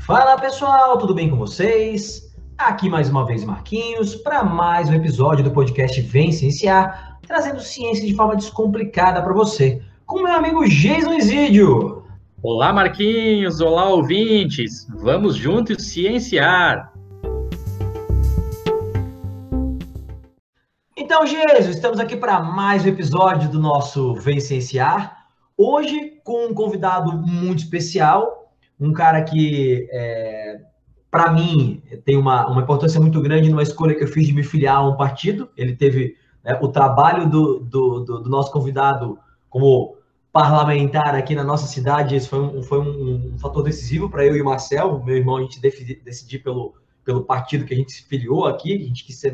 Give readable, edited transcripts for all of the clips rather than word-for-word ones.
Fala pessoal, tudo bem com vocês? Aqui mais uma vez Marquinhos para mais um episódio do podcast Vem Cienciar, trazendo ciência de forma descomplicada para você, com meu amigo Jason Isidio. Olá, Marquinhos! Olá, ouvintes! Vamos juntos cienciar! Então, Jason, estamos aqui para mais um episódio do nosso Vem Cienciar, hoje com um convidado muito especial, um cara que para mim, tem uma importância muito grande numa escolha que eu fiz de me filiar a um partido. Ele teve o trabalho do nosso convidado como parlamentar aqui na nossa cidade. Esse foi um fator decisivo para eu e o Marcel, meu irmão, a gente decidir pelo partido que a gente se filiou aqui. A gente quis ser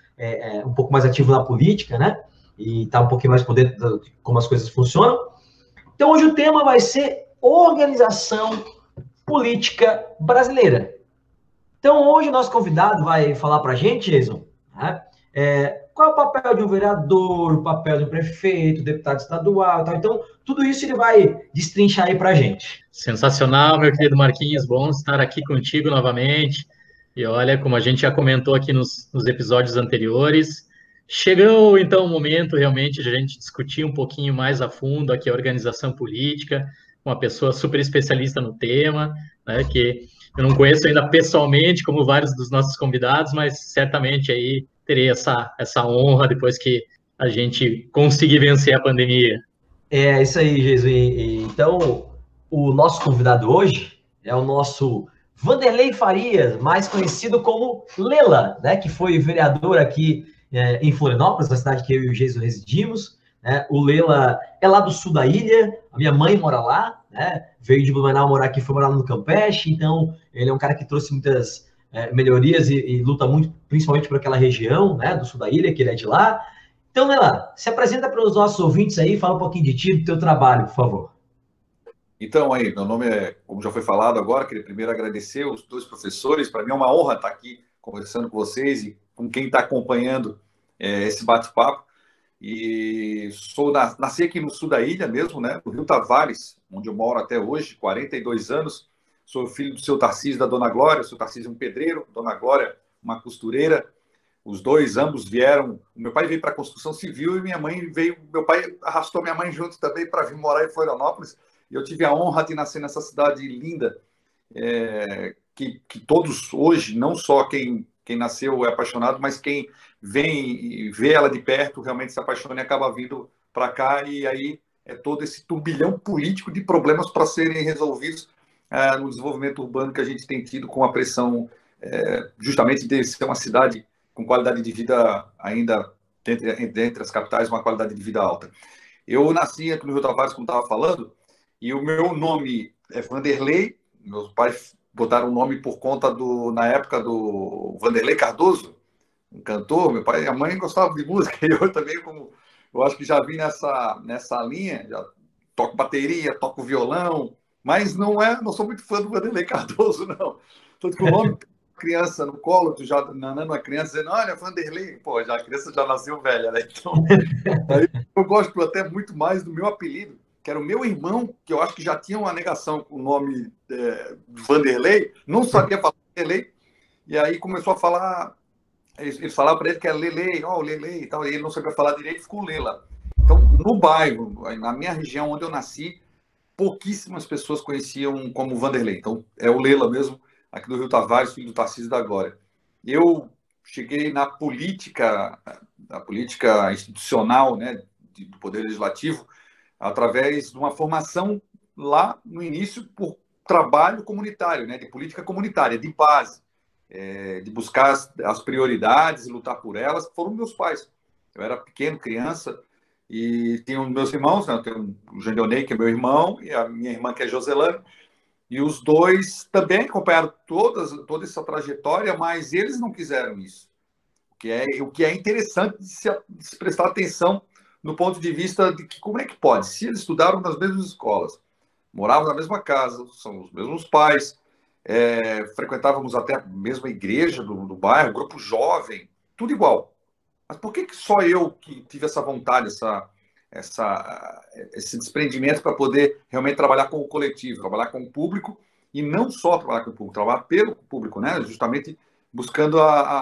um pouco mais ativo na política, né? E estar um pouquinho mais por dentro de como as coisas funcionam. Então, hoje o tema vai ser organização política brasileira. Então, hoje o nosso convidado vai falar para a gente, Jason, né, qual é o papel de um vereador, o papel de um prefeito, deputado estadual, tal. Então, tudo isso ele vai destrinchar aí para a gente. Sensacional, meu querido Marquinhos, bom estar aqui contigo novamente. E olha, como a gente já comentou aqui nos episódios anteriores, chegou então o momento realmente de a gente discutir um pouquinho mais a fundo aqui a organização política, uma pessoa super especialista no tema, né, que eu não conheço ainda pessoalmente, como vários dos nossos convidados, mas certamente aí terei essa honra depois que a gente conseguir vencer a pandemia. É isso aí, Jason. Então, o nosso convidado hoje é o nosso Vanderlei Farias, mais conhecido como Lela, né, que foi vereador aqui em Florianópolis, na cidade que eu e o Jason residimos. Né? O Lela é lá do sul da ilha, a minha mãe mora lá, né? Veio de Blumenau morar aqui, foi morar no Campeche, então ele é um cara que trouxe muitas melhorias e luta muito, principalmente por aquela região, né, do sul da ilha, que ele é de lá. Então, Nelan, se apresenta para os nossos ouvintes aí, fala um pouquinho de ti, do teu trabalho, por favor. Então, aí, meu nome é, como já foi falado agora, queria primeiro agradecer os dois professores. Para mim é uma honra estar aqui conversando com vocês e com quem está acompanhando esse bate-papo. E nasci aqui no sul da ilha mesmo, né, no Rio Tavares, onde eu moro até hoje, 42 anos. Sou filho do seu Tarcísio e da Dona Glória. O seu Tarcísio é um pedreiro, Dona Glória uma costureira. Os dois, ambos vieram. O meu pai veio para a construção civil e minha mãe veio. Meu pai arrastou minha mãe junto também para vir morar em Florianópolis. E eu tive a honra de nascer nessa cidade linda, que todos hoje, não só quem nasceu é apaixonado, mas quem vem e vê ela de perto realmente se apaixona e acaba vindo para cá. E aí é todo esse turbilhão político de problemas para serem resolvidos no desenvolvimento urbano que a gente tem tido com a pressão justamente de ser uma cidade com qualidade de vida ainda dentre as capitais, uma qualidade de vida alta. Eu nasci aqui no Rio Tavares, como estava falando, e o meu nome é Vanderlei. Meus pais botaram o nome por conta na época do Vanderlei Cardoso, um cantor. Meu pai e a mãe gostavam de música, e eu também, como eu acho que já vim nessa linha, já toco bateria, toco violão, mas não sou muito fã do Vanderlei Cardoso, não. Tanto que o nome criança no colo, tu já nanando a criança dizendo, olha, Vanderlei, pô, já a criança já nasceu velha, né? Então, aí eu gosto até muito mais do meu apelido, que era o meu irmão, que eu acho que já tinha uma negação com o nome Vanderlei, não sabia falar Vanderlei, e aí começou a falar, eles falavam para ele que era Lelei, ó, Lelei e tal, e ele não sabia falar direito, ficou Lela. Então, no bairro, na minha região onde eu nasci, pouquíssimas pessoas conheciam como Vanderlei. Então, é o Lela mesmo, aqui do Rio Tavares, filho do Tarcísio e da Glória. Eu cheguei na política institucional, né, do Poder Legislativo, através de uma formação lá no início por trabalho comunitário, né, de política comunitária, de base, de buscar as prioridades e lutar por elas, foram meus pais. Eu era pequeno, criança, e tenho meus irmãos, né, eu tenho o Jandionei, que é meu irmão, e a minha irmã, que é Joselane, e os dois também acompanharam toda essa trajetória, mas eles não quiseram isso. O que é interessante de se prestar atenção no ponto de vista de que como é que pode? Se eles estudaram nas mesmas escolas, moravam na mesma casa, são os mesmos pais, frequentávamos até a mesma igreja do bairro, grupo jovem, tudo igual. Mas por que só eu que tive essa vontade, esse desprendimento para poder realmente trabalhar com o coletivo, trabalhar com o público e não só trabalhar com o público, trabalhar pelo público, né? Justamente buscando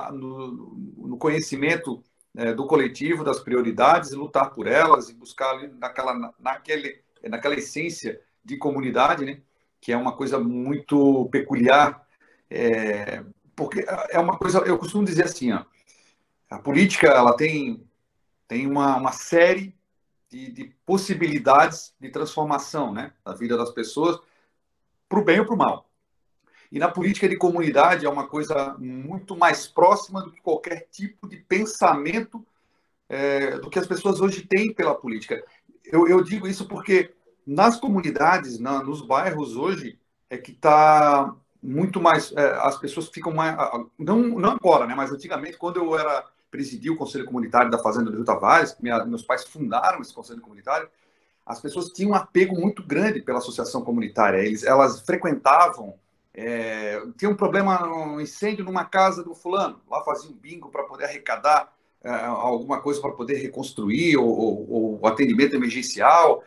no conhecimento do coletivo, das prioridades, e lutar por elas, e buscar ali naquela essência de comunidade, né? Que é uma coisa muito peculiar, porque é uma coisa, eu costumo dizer assim, ó, a política ela tem uma série de possibilidades de transformação, né, da vida das pessoas, para o bem ou para o mal. E na política de comunidade é uma coisa muito mais próxima do que qualquer tipo de pensamento do que as pessoas hoje têm pela política. Eu digo isso porque nas comunidades, nos bairros hoje, é que está muito mais... as pessoas ficam mais... Não agora, né, mas antigamente, quando eu presidi o Conselho Comunitário da Fazenda do Rio Tavares, meus pais fundaram esse Conselho Comunitário, as pessoas tinham um apego muito grande pela associação comunitária. Elas frequentavam... tinha um problema, um incêndio numa casa do fulano, lá fazia um bingo para poder arrecadar alguma coisa para poder reconstruir, ou atendimento emergencial.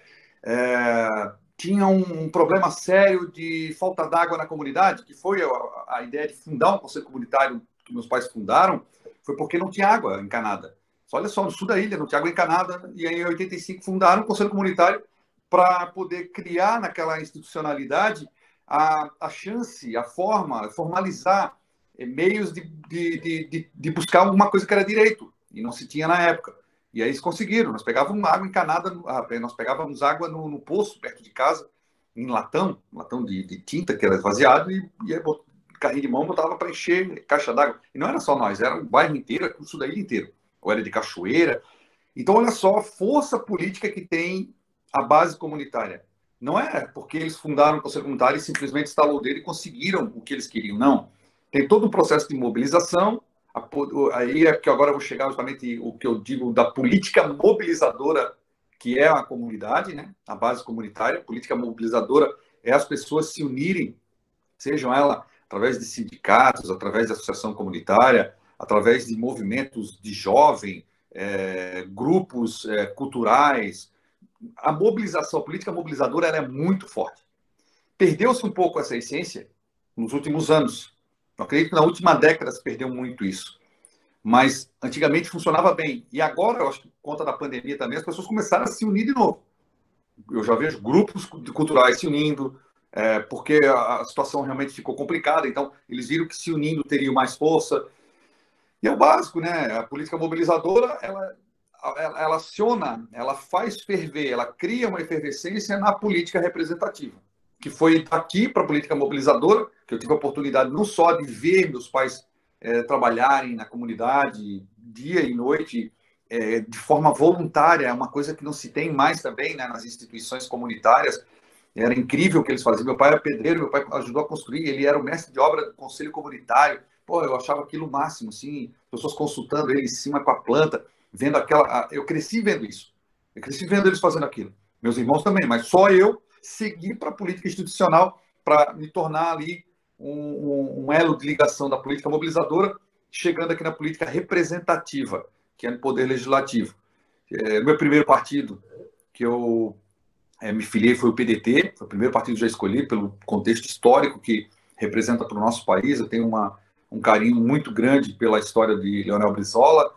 Tinha um problema sério de falta d'água na comunidade, que foi a ideia de fundar um conselho comunitário que meus pais fundaram, foi porque não tinha água encanada. Olha só, no sul da ilha não tinha água encanada, e aí em 85 fundaram um conselho comunitário para poder criar naquela institucionalidade a chance, a forma, formalizar meios de buscar alguma coisa que era direito, e não se tinha na época. E aí eles conseguiram. Nós pegávamos água encanada, nós pegávamos água no poço, perto de casa, em latão de tinta, que era esvaziado, e aí carrinho de mão botava para encher caixa d'água. E não era só nós, era o bairro inteiro, o sul da ilha inteiro. Ou era de cachoeira. Então, olha só a força política que tem a base comunitária. Não é porque eles fundaram o Conselho Comunitário e simplesmente instalou o dedo e conseguiram o que eles queriam, não. Tem todo um processo de mobilização. Aí é que agora eu vou chegar justamente o que eu digo da política mobilizadora, que é a comunidade, né? A base comunitária. Política mobilizadora é as pessoas se unirem, sejam elas através de sindicatos, através de associação comunitária, através de movimentos de jovem, grupos culturais. A mobilização, a política mobilizadora, ela é muito forte. Perdeu-se um pouco essa essência nos últimos anos. Eu acredito que na última década se perdeu muito isso. Mas antigamente funcionava bem. E agora, eu acho que por conta da pandemia também, as pessoas começaram a se unir de novo. Eu já vejo grupos culturais se unindo, porque a situação realmente ficou complicada. Então, eles viram que se unindo teriam mais força. E é o básico, né? A política mobilizadora, ela aciona, ela faz ferver, ela cria uma efervescência na política representativa, que foi daqui para a política mobilizadora, que eu tive a oportunidade não só de ver meus pais trabalharem na comunidade dia e noite de forma voluntária, é uma coisa que não se tem mais também, né, nas instituições comunitárias. Era incrível o que eles faziam. Meu pai era pedreiro, meu pai ajudou a construir, ele era o mestre de obra do conselho comunitário. Pô, eu achava aquilo o máximo, assim, pessoas consultando ele em cima com a planta, vendo aquela... Eu cresci vendo isso. Eu cresci vendo eles fazendo aquilo. Meus irmãos também, mas só eu segui para a política institucional para me tornar ali um elo de ligação da política mobilizadora, chegando aqui na política representativa, que é no poder legislativo. Meu primeiro partido que eu me filiei foi o PDT, foi o primeiro partido que já escolhi, pelo contexto histórico que representa para o nosso país. Eu tenho um carinho muito grande pela história de Leonel Brizola.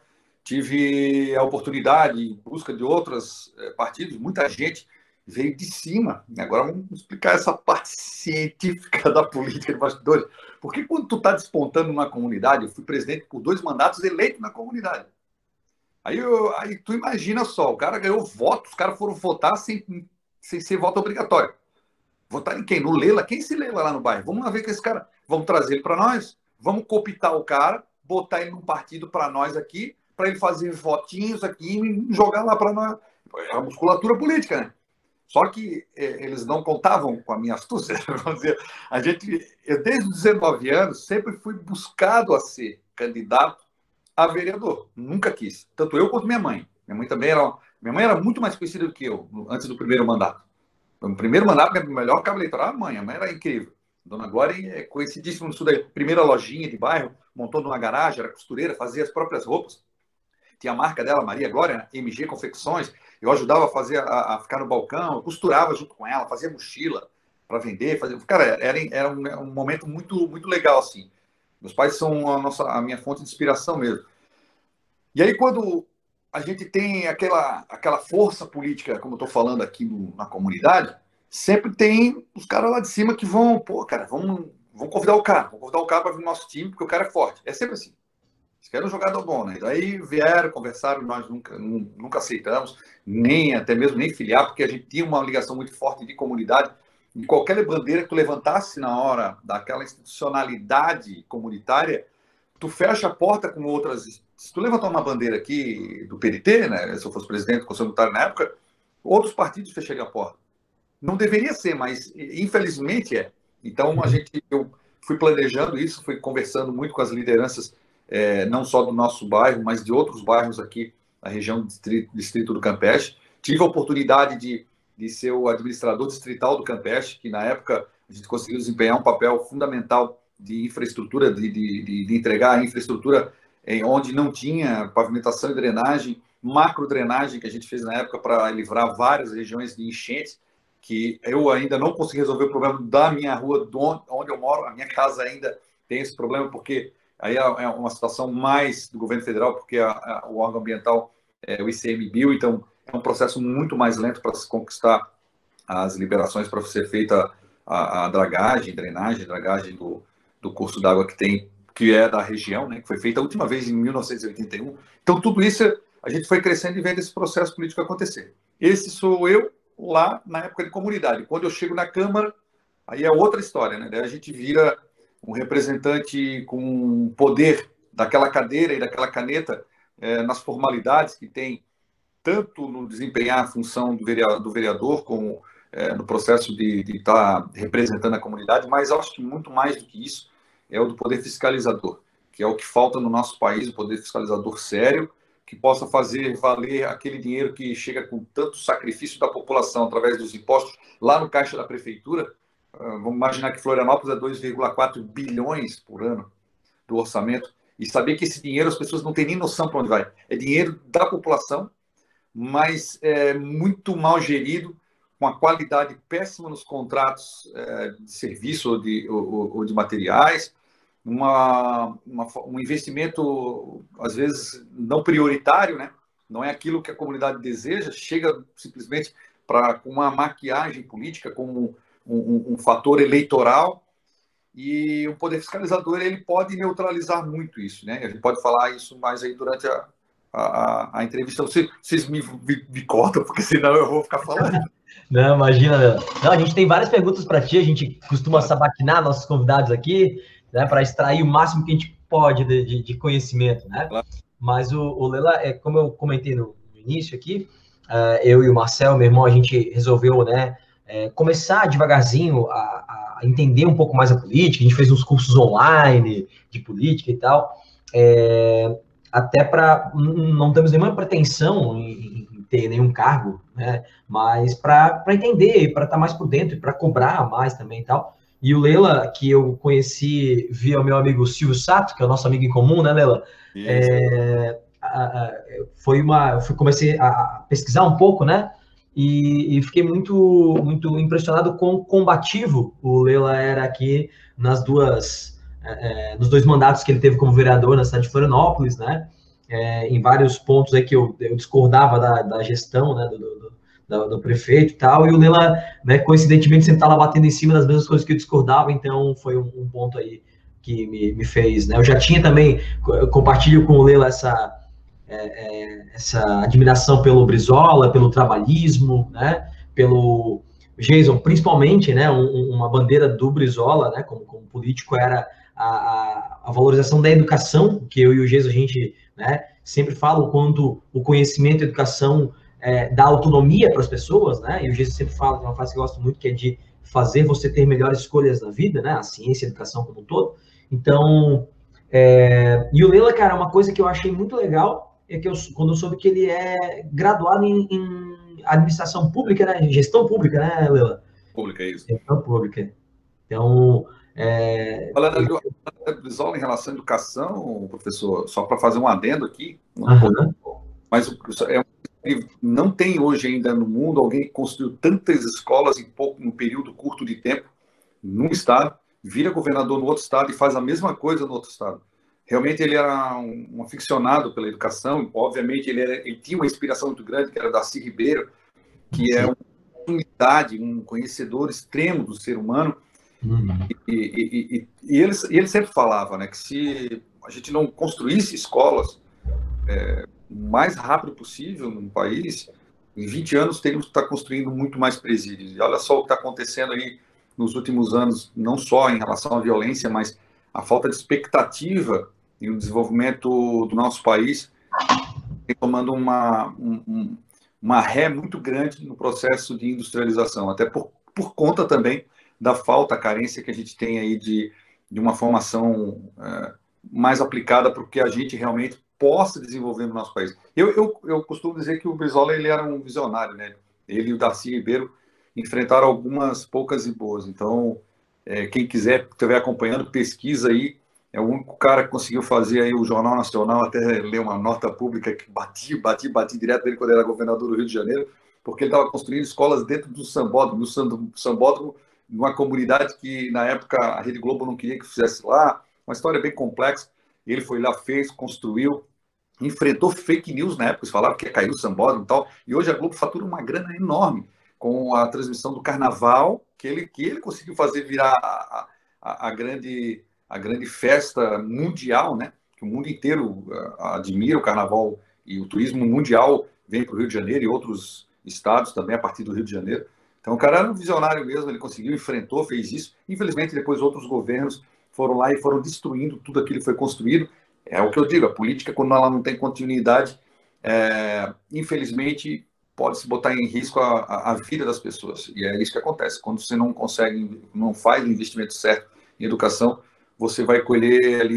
Tive a oportunidade, em busca de outros partidos, muita gente veio de cima. Agora vamos explicar essa parte científica da política de bastidores. Porque quando tu está despontando numa comunidade, eu fui presidente por 2 mandatos eleito na comunidade. Aí tu imagina só, o cara ganhou votos, os caras foram votar sem ser voto obrigatório. Votar em quem? No Lela? Quem se Lela lá no bairro? Vamos lá ver que esse cara... Vamos trazer ele para nós, vamos cooptar o cara, botar ele num partido para nós aqui, para ele fazer votinhos aqui e jogar lá para nós. É a musculatura política, né? Só que eles não contavam com a minha astúcia. Vamos dizer, eu desde os 19 anos sempre fui buscado a ser candidato a vereador. Nunca quis. Tanto eu quanto minha mãe. Minha mãe era muito mais conhecida do que eu antes do primeiro mandato. No primeiro mandato, minha melhor cabo eleitoral era a mãe. A mãe era incrível. Dona Glória é conhecidíssima no sul da primeira lojinha de bairro, montou numa garagem, era costureira, fazia as próprias roupas. Tinha a marca dela, Maria Glória, né? MG Confecções. Eu ajudava a ficar no balcão, eu costurava junto com ela, fazia mochila para vender, fazer. Cara, era um momento muito, muito legal, assim. Meus pais são a minha fonte de inspiração mesmo. E aí, quando a gente tem aquela força política, como eu estou falando aqui na comunidade, sempre tem os caras lá de cima que vão, pô, cara, vamos convidar o cara, para vir no nosso time, porque o cara é forte. É sempre assim. Eles querem um jogador bom, né? Daí vieram, conversaram, nós nunca aceitamos, até mesmo nem filiar, porque a gente tinha uma ligação muito forte de comunidade. E qualquer bandeira que tu levantasse na hora daquela institucionalidade comunitária, tu fecha a porta com outras. Se tu levantar uma bandeira aqui do PDT, né? Se eu fosse presidente do Conselho Monetário na época, outros partidos fechariam a porta. Não deveria ser, mas infelizmente é. Então eu fui planejando isso, fui conversando muito com as lideranças, não só do nosso bairro, mas de outros bairros aqui na região do distrito do Campeche. Tive a oportunidade de ser o administrador distrital do Campeche, que na época a gente conseguiu desempenhar um papel fundamental de infraestrutura, de entregar a infraestrutura onde não tinha pavimentação e drenagem, macro drenagem que a gente fez na época para livrar várias regiões de enchentes, que eu ainda não consegui resolver o problema da minha rua, onde eu moro. A minha casa ainda tem esse problema, porque aí é uma situação mais do governo federal, porque o órgão ambiental é o ICMBio, então é um processo muito mais lento para se conquistar as liberações para ser feita a drenagem do curso d'água que é da região, né, que foi feita a última vez em 1981. Então, tudo isso a gente foi crescendo e vendo esse processo político acontecer. Esse sou eu lá na época de comunidade. Quando eu chego na Câmara, aí é outra história, né? Daí a gente vira um representante com poder daquela cadeira e daquela caneta nas formalidades que tem, tanto no desempenhar a função do vereador, como no processo de estar representando a comunidade, mas acho que muito mais do que isso é o do poder fiscalizador, que é o que falta no nosso país, o poder fiscalizador sério, que possa fazer valer aquele dinheiro que chega com tanto sacrifício da população através dos impostos lá no caixa da prefeitura. Vamos imaginar que Florianópolis é 2,4 bilhões por ano do orçamento, e saber que esse dinheiro as pessoas não têm nem noção para onde vai. É dinheiro da população, mas é muito mal gerido, com a qualidade péssima nos contratos de serviço ou de materiais, um investimento, às vezes, não prioritário, né? Não é aquilo que a comunidade deseja, chega simplesmente com uma maquiagem política, como um fator eleitoral, e o poder fiscalizador ele pode neutralizar muito isso, né? A gente pode falar isso mais aí durante a entrevista. Vocês me cortam, porque senão eu vou ficar falando. Não, imagina. Não, a gente tem várias perguntas para ti, a gente costuma sabaquinar nossos convidados aqui, né, para extrair o máximo que a gente pode de conhecimento, né? Claro. Mas o Lela, como eu comentei no início aqui, eu e o Marcel, meu irmão, a gente resolveu, né, começar devagarzinho a entender um pouco mais a política. A gente fez uns cursos online de política e tal, até para não temos nenhuma pretensão em ter nenhum cargo, né, mas para entender, para estar mais por dentro, para cobrar mais também e tal. E o Lela, que eu conheci via o meu amigo Silvio Sato, que é o nosso amigo em comum, né, Lela? Comecei a pesquisar um pouco, né? E fiquei muito, muito impressionado com o combativo o Lela era aqui nos dois mandatos que ele teve como vereador na cidade de Florianópolis, né? Em vários pontos aí que eu discordava da gestão, né, do prefeito e tal, e o Lela, né, coincidentemente, sempre estava batendo em cima das mesmas coisas que eu discordava, então foi um ponto aí que me fez, né? Eu já tinha também, eu compartilho com o Lela essa admiração pelo Brizola, pelo trabalhismo, né, pelo Jason, principalmente, né, uma bandeira do Brizola, né, como político, era a valorização da educação, que eu e o Jason, a gente, né, sempre fala o quanto o conhecimento e a educação dá autonomia para as pessoas, né, e o Jason sempre fala, tem uma frase que eu gosto muito, que é de fazer você ter melhores escolhas na vida, né, a ciência e a educação como um todo. Então, e o Lela, cara, uma coisa que eu achei muito legal é que quando eu soube que ele é graduado em administração pública, né, gestão pública, né, Lela? Pública, é isso. Gestão pública. Então, falando do Brizola em relação à educação, professor, só para fazer um adendo aqui, mas não tem hoje ainda no mundo alguém que construiu tantas escolas em um período curto de tempo, num estado, vira governador no outro estado e faz a mesma coisa no outro estado. Realmente ele era um aficionado pela educação, obviamente ele tinha uma inspiração muito grande, que era Darcy Ribeiro, que é uma unidade, um conhecedor extremo do ser humano, e ele sempre falava, né, que se a gente não construísse escolas o mais rápido possível no país, em 20 anos teríamos que estar construindo muito mais presídios. E olha só o que está acontecendo aí nos últimos anos, não só em relação à violência, mas a falta de expectativa e o desenvolvimento do nosso país tomando uma ré muito grande no processo de industrialização, até por conta também da falta, a carência que a gente tem aí de uma formação mais aplicada para o que a gente realmente possa desenvolver no nosso país. Eu costumo dizer que o Brizola ele era um visionário, né? Ele e o Darcy Ribeiro enfrentaram algumas poucas e boas. Então, quem quiser, estiver acompanhando, pesquisa aí. É o único cara que conseguiu fazer aí o Jornal Nacional até ler uma nota pública que bati direto dele quando era governador do Rio de Janeiro, porque ele estava construindo escolas dentro do Sambódromo, no Sambódromo, numa comunidade que, na época, a Rede Globo não queria que fizesse lá. Uma história bem complexa. Ele foi lá, fez, construiu, enfrentou fake news na época, eles falavam que ia cair o Sambódromo e tal, e hoje a Globo fatura uma grana enorme com a transmissão do Carnaval, que ele conseguiu fazer virar a grande festa mundial, né? Que o mundo inteiro admira o Carnaval e o turismo mundial vem para o Rio de Janeiro e outros estados também a partir do Rio de Janeiro. Então o cara era um visionário mesmo, ele conseguiu, enfrentou, fez isso. Infelizmente depois outros governos foram lá e foram destruindo tudo aquilo que foi construído. É o que eu digo, a política, quando ela não tem continuidade, infelizmente, pode se botar em risco a vida das pessoas. E é isso que acontece. Quando você não consegue, não faz o investimento certo em educação, você vai colher ali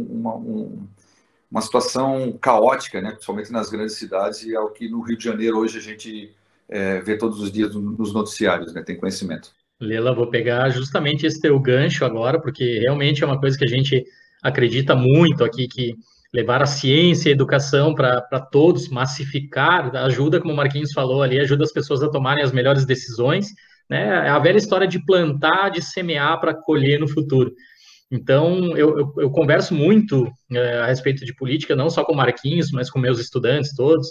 uma situação caótica, né? Principalmente nas grandes cidades, e é o que no Rio de Janeiro hoje a gente vê todos os dias nos noticiários, né? Tem conhecimento. Lela, vou pegar justamente esse teu gancho agora, porque realmente é uma coisa que a gente acredita muito aqui, que levar a ciência e a educação para todos, massificar, ajuda, como o Marquinhos falou ali, ajuda as pessoas a tomarem as melhores decisões, né? É a velha história de plantar, de semear para colher no futuro. Então, eu converso muito a respeito de política, não só com o Marquinhos, mas com meus estudantes todos,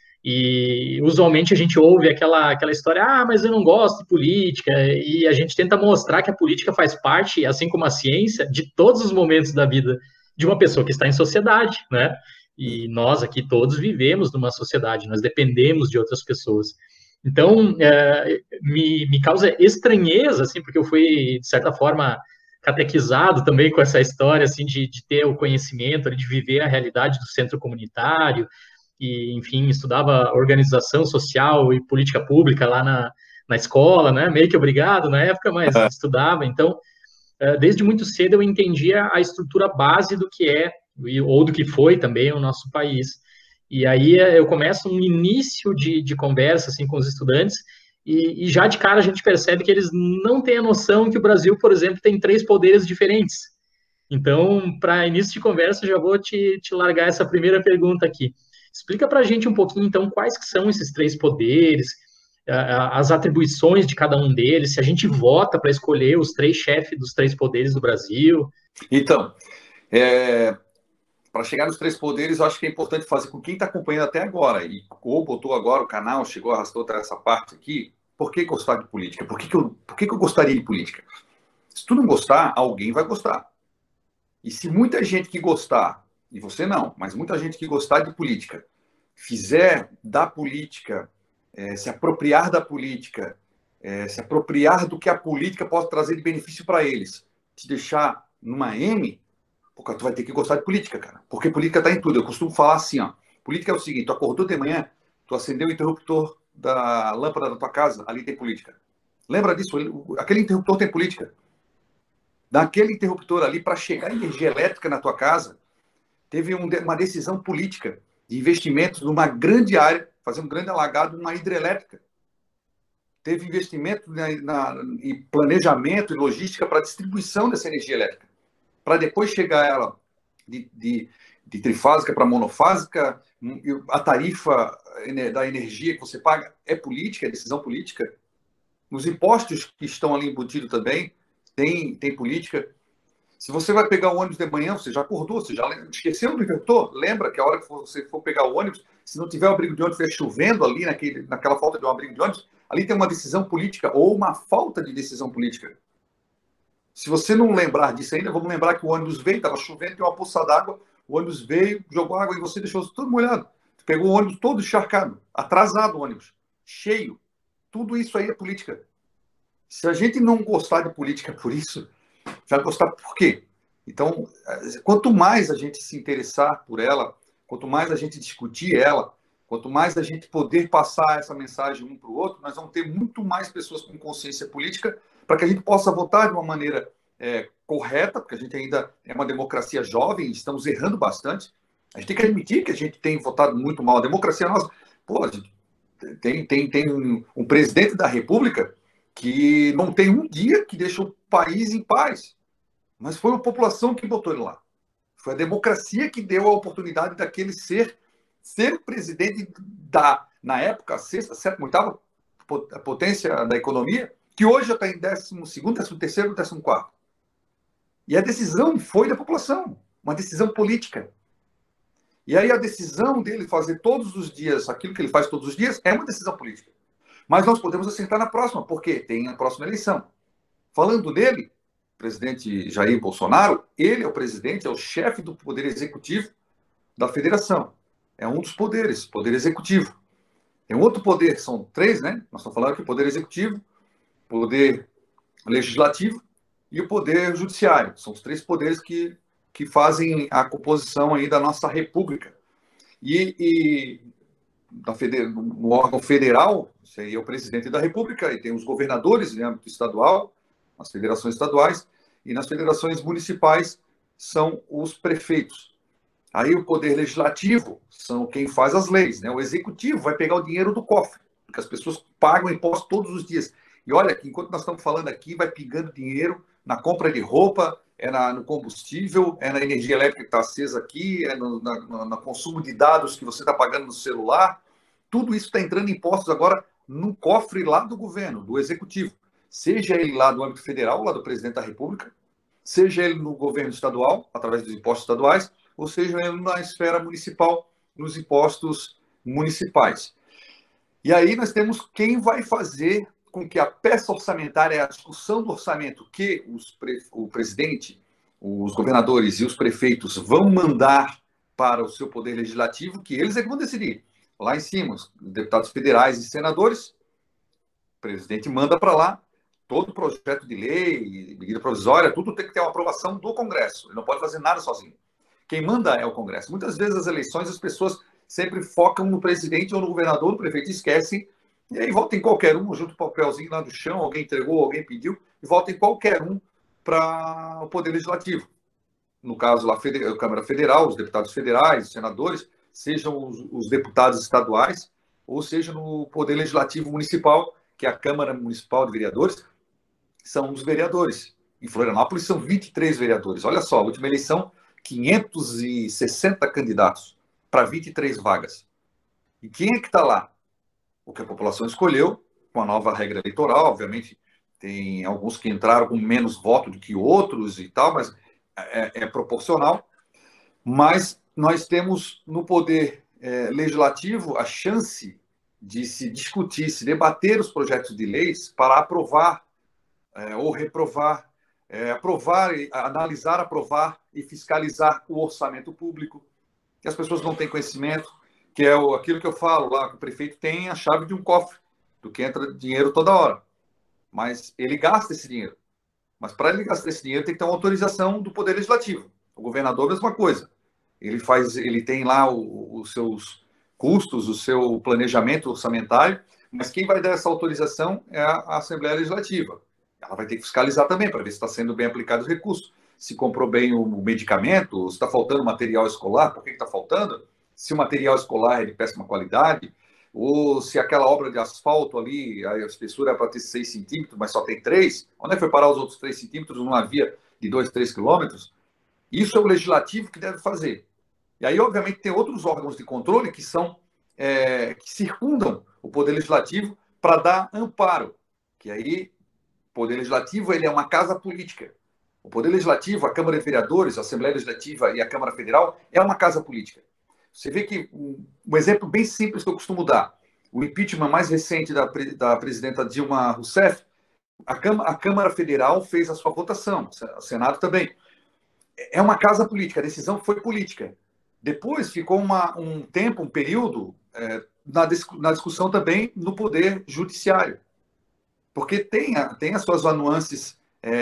e usualmente a gente ouve aquela história, mas eu não gosto de política, e a gente tenta mostrar que a política faz parte, assim como a ciência, de todos os momentos da vida de uma pessoa que está em sociedade, né? E nós aqui todos vivemos numa sociedade, nós dependemos de outras pessoas. Então, me causa estranheza, assim, porque eu fui, de certa forma, catequizado também com essa história, assim, de ter o conhecimento, de viver a realidade do centro comunitário, e, enfim, estudava organização social e política pública lá na escola, né, meio que obrigado na época, mas estudava, então, desde muito cedo eu entendia a estrutura base do que é, ou do que foi também o nosso país. E aí eu começo um início de conversa, assim, com os estudantes, e já de cara a gente percebe que eles não têm a noção que o Brasil, por exemplo, tem 3 poderes diferentes. Então, para início de conversa, eu já vou te largar essa primeira pergunta aqui. Explica para a gente um pouquinho, então, quais que são esses 3 poderes, as atribuições de cada um deles, se a gente vota para escolher os 3 chefes dos 3 poderes do Brasil. Então, para chegar nos 3 poderes, eu acho que é importante fazer com quem está acompanhando até agora, ou botou agora o canal, chegou, arrastou até essa parte aqui, por que gostar de política? Por que eu gostaria de política? Se tu não gostar, alguém vai gostar. E se muita gente que gostar, e você não, mas muita gente que gostar de política, fizer da política, se apropriar da política, se apropriar do que a política pode trazer de benefício para eles, te deixar numa M, porque tu vai ter que gostar de política, cara. Porque política está em tudo. Eu costumo falar assim, ó. Política é o seguinte, tu acordou de manhã, tu acendeu o interruptor da lâmpada da tua casa, ali tem política. Lembra disso? Aquele interruptor tem política. Daquele interruptor ali, para chegar energia elétrica na tua casa, teve uma decisão política de investimentos numa grande área, fazer um grande alagado, uma hidrelétrica. Teve investimento e planejamento e logística para a distribuição dessa energia elétrica. Para depois chegar ela de trifásica para monofásica, a tarifa da energia que você paga é política, é decisão política. Os impostos que estão ali embutidos também tem política. Se você vai pegar o ônibus de manhã, você já acordou, você já esqueceu do inventor? Lembra que a hora que você for pegar o ônibus, se não tiver o abrigo de ônibus, estiver chovendo ali, naquela falta de um abrigo de ônibus, ali tem uma decisão política ou uma falta de decisão política. Se você não lembrar disso ainda, vamos lembrar que o ônibus veio, estava chovendo, tem uma poça d'água, o ônibus veio, jogou água e você deixou tudo molhado. Você pegou o ônibus todo encharcado, atrasado o ônibus, cheio. Tudo isso aí é política. Se a gente não gostar de política por isso, vai gostar por quê? Então, quanto mais a gente se interessar por ela, quanto mais a gente discutir ela, quanto mais a gente poder passar essa mensagem um para o outro, nós vamos ter muito mais pessoas com consciência política para que a gente possa votar de uma maneira correta, porque a gente ainda é uma democracia jovem, estamos errando bastante. A gente tem que admitir que a gente tem votado muito mal. A democracia nossa, pô, a gente tem um presidente da República que não tem um dia que deixa o país em paz. Mas foi a população que botou ele lá. Foi a democracia que deu a oportunidade daquele ser presidente na época, a sexta, sétima, oitava potência da economia, que hoje já está em 12º, 13º, 14º. E a decisão foi da população, uma decisão política. E aí a decisão dele fazer todos os dias aquilo que ele faz todos os dias é uma decisão política. Mas nós podemos assentar na próxima, porque tem a próxima eleição. Falando nele, o presidente Jair Bolsonaro, ele é o presidente, é o chefe do poder executivo da federação. É um dos poderes, poder executivo. Tem outro poder, são 3, né? Nós estamos falando aqui poder executivo, poder legislativo e o poder judiciário. São os 3 poderes que fazem a composição aí da nossa república. E no órgão federal, seria o presidente da república, e tem os governadores em âmbito estadual, as federações estaduais, e nas federações municipais são os prefeitos. Aí o poder legislativo são quem faz as leis, né? O executivo vai pegar o dinheiro do cofre, porque as pessoas pagam imposto todos os dias. E olha que enquanto nós estamos falando aqui, vai pingando dinheiro na compra de roupa, no combustível, na energia elétrica que está acesa aqui, no consumo de dados que você está pagando no celular. Tudo isso está entrando em impostos agora no cofre lá do governo, do executivo. Seja ele lá do âmbito federal, lá do presidente da República, seja ele no governo estadual, através dos impostos estaduais, ou seja ele na esfera municipal, nos impostos municipais. E aí nós temos quem vai fazer com que a peça orçamentária, a discussão do orçamento que o presidente, os governadores e os prefeitos vão mandar para o seu poder legislativo, que eles é que vão decidir. Lá em cima, os deputados federais e senadores, o presidente manda para lá todo projeto de lei, medida provisória, tudo tem que ter uma aprovação do Congresso. Ele não pode fazer nada sozinho. Quem manda é o Congresso. Muitas vezes as eleições as pessoas sempre focam no presidente ou no governador, no prefeito, esquecem. E aí volta em qualquer um, junto o papelzinho lá do chão, alguém entregou, alguém pediu, e volta em qualquer um para o Poder Legislativo. No caso lá, a Câmara Federal, os deputados federais, os senadores, sejam os deputados estaduais, ou seja no Poder Legislativo Municipal, que é a Câmara Municipal de Vereadores, são os vereadores. Em Florianópolis são 23 vereadores. Olha só, a última eleição, 560 candidatos para 23 vagas. E quem é que está lá? O que a população escolheu, com a nova regra eleitoral, obviamente tem alguns que entraram com menos voto do que outros e tal, mas é proporcional. Mas nós temos no poder legislativo a chance de se discutir, se debater os projetos de leis para aprovar ou reprovar, aprovar, analisar, aprovar e fiscalizar o orçamento público, que as pessoas não têm conhecimento, que é aquilo que eu falo lá, que o prefeito tem a chave de um cofre, do que entra dinheiro toda hora. Mas ele gasta esse dinheiro. Mas para ele gastar esse dinheiro tem que ter uma autorização do Poder Legislativo. O governador, a mesma coisa. Ele tem lá os seus custos, o seu planejamento orçamentário, mas quem vai dar essa autorização é a Assembleia Legislativa. Ela vai ter que fiscalizar também para ver se está sendo bem aplicado os recursos. Se comprou bem o medicamento, se está faltando material escolar, por que está faltando? Se o material escolar é de péssima qualidade, ou se aquela obra de asfalto ali, a espessura é para ter 6 centímetros, mas só tem 3, onde é que foi parar os outros 3 centímetros numa via de 2, 3 quilômetros? Isso é o legislativo que deve fazer. E aí, obviamente, tem outros órgãos de controle que são que circundam o Poder Legislativo para dar amparo, que aí o Poder Legislativo ele é uma casa política. O Poder Legislativo, a Câmara de Vereadores, a Assembleia Legislativa e a Câmara Federal é uma casa política. Você vê que um exemplo bem simples que eu costumo dar, o impeachment mais recente da presidenta Dilma Rousseff, a Câmara Federal fez a sua votação, o Senado também. É uma casa política, a decisão foi política. Depois ficou um período, na discussão também no Poder Judiciário, porque tem as suas nuances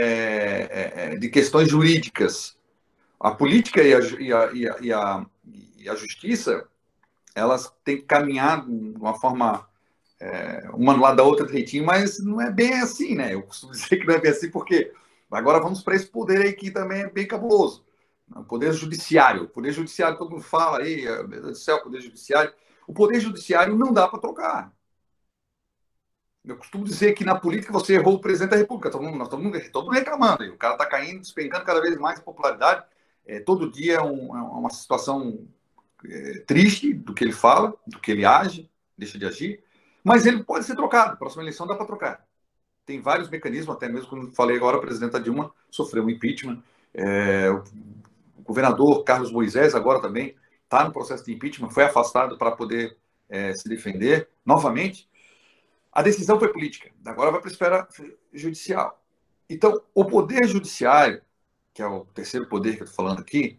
de questões jurídicas. A política e a justiça, elas têm que caminhar de uma forma, uma do lado da outra direitinho, mas não é bem assim, né? Eu costumo dizer que não é bem assim, porque agora vamos para esse poder aí que também é bem cabuloso. O Poder Judiciário. O Poder Judiciário, todo mundo fala aí, meu Deus do céu, Poder Judiciário. O Poder Judiciário não dá para trocar. Eu costumo dizer que na política você errou o presidente da República. Todo mundo reclamando. O cara está caindo, despencando cada vez mais em popularidade. Todo dia é uma situação triste do que ele fala, do que ele age, deixa de agir. Mas ele pode ser trocado. Próxima eleição dá para trocar. Tem vários mecanismos, até mesmo como falei agora, a presidenta Dilma sofreu um impeachment. O governador Carlos Moisés agora também está no processo de impeachment, foi afastado para poder se defender novamente. A decisão foi política, agora vai para a esfera judicial. Então, o Poder Judiciário, que é o terceiro poder que eu estou falando aqui,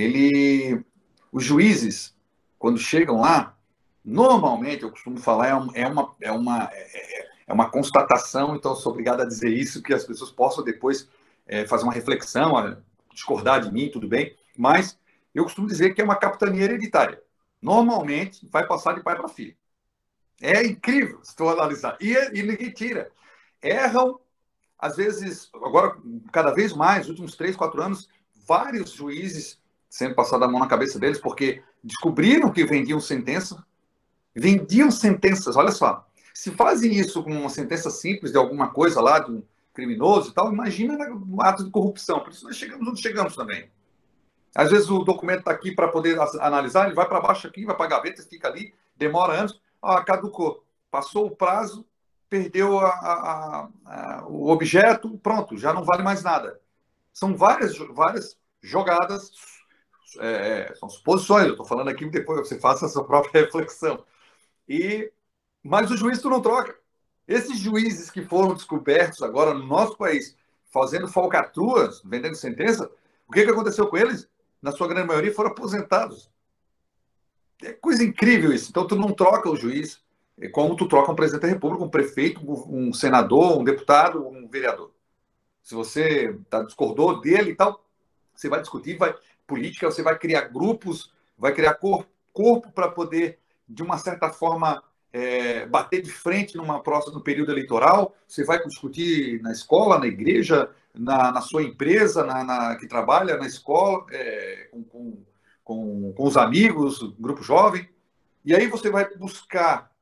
os juízes, quando chegam lá, normalmente, eu costumo falar, é uma constatação, então eu sou obrigado a dizer isso, que as pessoas possam depois fazer uma reflexão, discordar de mim, tudo bem, mas eu costumo dizer que é uma capitania hereditária. Normalmente, vai passar de pai para filho. É incrível se tu analisar. E ninguém tira. Erram, às vezes, agora, cada vez mais, nos últimos 3, 4 anos, vários juízes sendo passada a mão na cabeça deles, porque descobriram que vendiam sentenças, olha só. Se fazem isso com uma sentença simples de alguma coisa lá, de um criminoso e tal, imagina um ato de corrupção. Por isso nós chegamos onde chegamos também. Às vezes o documento está aqui para poder analisar, ele vai para baixo aqui, vai para a gaveta, fica ali, demora anos, caducou. Passou o prazo, perdeu o objeto, pronto, já não vale mais nada. São várias jogadas, são suposições, eu estou falando aqui, depois você faça a sua própria reflexão. Mas o juiz tu não troca. Esses juízes que foram descobertos agora no nosso país, fazendo falcatruas, vendendo sentença, o que aconteceu com eles? Na sua grande maioria foram aposentados. É coisa incrível isso. Então tu não troca o juiz como tu troca um presidente da República, um prefeito, um senador, um deputado, um vereador. Se você discordou dele e tal, você vai discutir, política, você vai criar grupos, vai criar corpo para poder, de uma certa forma, bater de frente no período eleitoral. Você vai discutir na escola, na igreja, na sua empresa, que trabalha na escola, com os amigos, grupo jovem. E aí você vai buscar,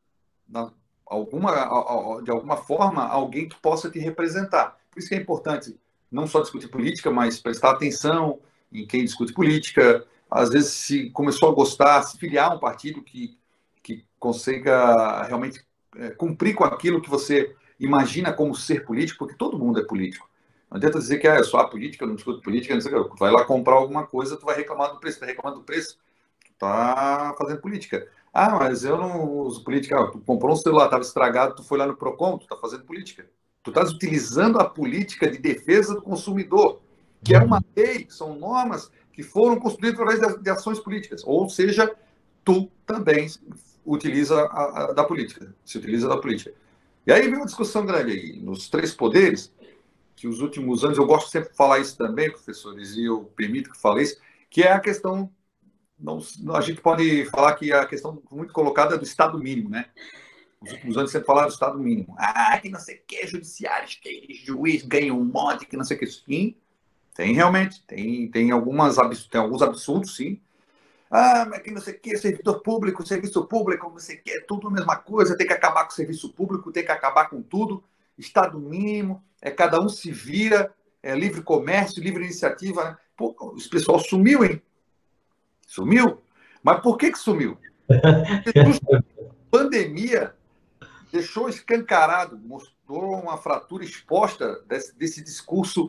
de alguma forma, alguém que possa te representar. Por isso que é importante não só discutir política, mas prestar atenção em quem discute política. Às vezes, se começou a gostar, se filiar a um partido que consiga realmente cumprir com aquilo que você imagina como ser político, porque todo mundo é político. Não adianta dizer que eu sou a política, eu não discuto política, não sei o que. Vai lá comprar alguma coisa, tu vai reclamar do preço. Está reclamando do preço, tu está fazendo política. Mas eu não uso política. Tu comprou um celular, estava estragado, tu foi lá no Procon, tu está fazendo política. Tu estás utilizando a política de defesa do consumidor, que é uma lei, são normas que foram construídas através de ações políticas. Ou seja, tu também utiliza da política, se utiliza da política. E aí vem uma discussão grande aí, nos três poderes, que os últimos anos, eu gosto sempre de falar isso também, professores, e eu permito que fale isso, que é a questão, a gente pode falar que a questão muito colocada é do Estado mínimo, né? Os últimos anos sempre falaram do Estado mínimo. Que não sei o que, judiciários, que juiz ganha um monte, que não sei o que. Sim, tem realmente, tem alguns absurdos, sim. Mas que não sei o que, servidor público, serviço público, não sei o que, é tudo a mesma coisa, tem que acabar com o serviço público, tem que acabar com tudo. Estado mínimo, cada um se vira, livre comércio, livre iniciativa. Pô, esse pessoal sumiu, hein? Sumiu? Mas por que sumiu? A pandemia deixou escancarado, mostrou uma fratura exposta desse discurso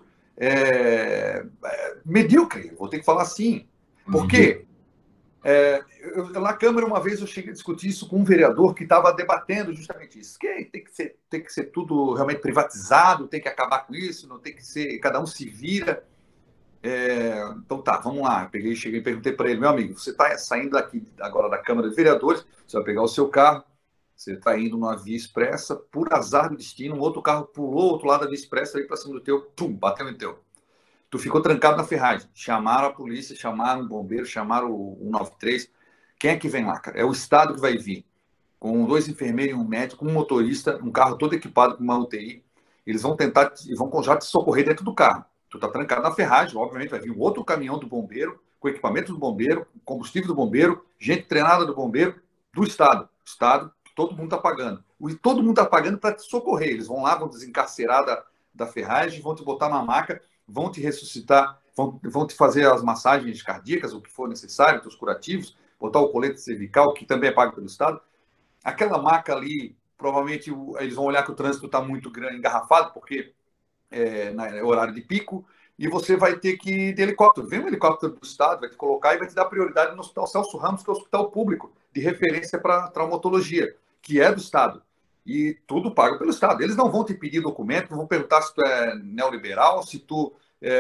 medíocre, vou ter que falar assim. Por quê? Na Câmara, uma vez, eu cheguei a discutir isso com um vereador que estava debatendo justamente isso. Que tem que ser tudo realmente privatizado, tem que acabar com isso, não tem que ser, cada um se vira. Então tá, vamos lá. Eu cheguei e perguntei para ele, meu amigo, você está saindo aqui agora da Câmara de Vereadores, você vai pegar o seu carro, você está indo numa via expressa, por azar do destino, um outro carro pulou outro lado da via expressa, aí para cima do teu, pum, bateu no teu. Tu ficou trancado na ferragem. Chamaram a polícia, chamaram o bombeiro, chamaram o 193. Quem é que vem lá, cara? É o Estado que vai vir. Com 2 enfermeiros e um médico, um motorista, um carro todo equipado com uma UTI. Eles vão tentar, vão já te socorrer dentro do carro. Tu tá trancado na ferragem, obviamente vai vir um outro caminhão do bombeiro, com equipamento do bombeiro, combustível do bombeiro, gente treinada do bombeiro, do Estado. O Estado, todo mundo tá pagando. Todo mundo tá pagando para te socorrer. Eles vão lá, vão desencarcerar da ferragem, vão te botar na maca, vão te ressuscitar, vão te fazer as massagens cardíacas, o que for necessário, os curativos, botar o colete cervical, que também é pago pelo Estado. Aquela maca ali, provavelmente eles vão olhar que o trânsito está muito grande, engarrafado, porque é horário de pico, e você vai ter que ir de helicóptero. Vem um helicóptero do Estado, vai te colocar e vai te dar prioridade no Hospital Celso Ramos, que é o hospital público de referência para traumatologia, que é do Estado. E tudo pago pelo Estado. Eles não vão te pedir documento, não vão perguntar se tu é neoliberal, se tu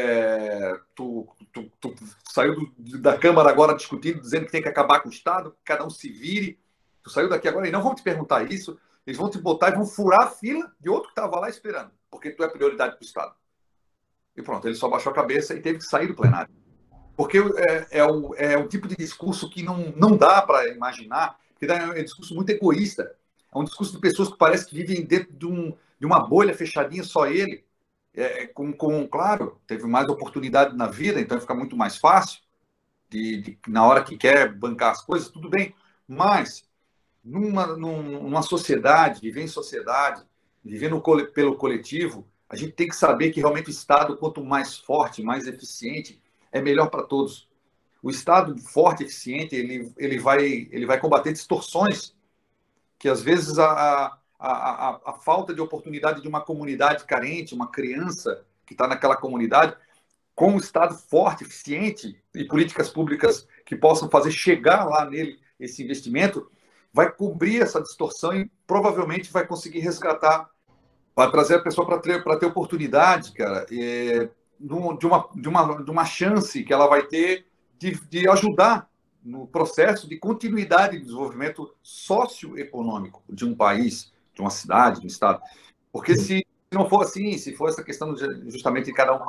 saiu da Câmara agora discutindo, dizendo que tem que acabar com o Estado, que cada um se vire. Tu saiu daqui agora e não vão te perguntar isso. Eles vão te botar e vão furar a fila de outro que estava lá esperando, porque tu é prioridade para o Estado. E pronto, ele só baixou a cabeça e teve que sair do plenário. Porque é um tipo de discurso que não dá para imaginar, porque é um discurso muito egoísta. É um discurso de pessoas que parece que vivem dentro de uma bolha fechadinha, só ele. Claro, teve mais oportunidade na vida, então fica muito mais fácil, na hora que quer bancar as coisas, tudo bem. Mas, numa sociedade, viver em sociedade, vivendo pelo coletivo, a gente tem que saber que realmente o Estado, quanto mais forte, mais eficiente, é melhor para todos. O Estado forte e eficiente, ele vai combater distorções que, às vezes, a falta de oportunidade de uma comunidade carente, uma criança que está naquela comunidade, com um Estado forte, eficiente e políticas públicas que possam fazer chegar lá nele esse investimento, vai cobrir essa distorção e provavelmente vai conseguir resgatar, vai trazer a pessoa para ter oportunidade, cara, de uma chance que ela vai ter de ajudar no processo de continuidade de desenvolvimento socioeconômico de um país, de uma cidade, de um estado. Porque se não for assim, se for essa questão justamente de cada um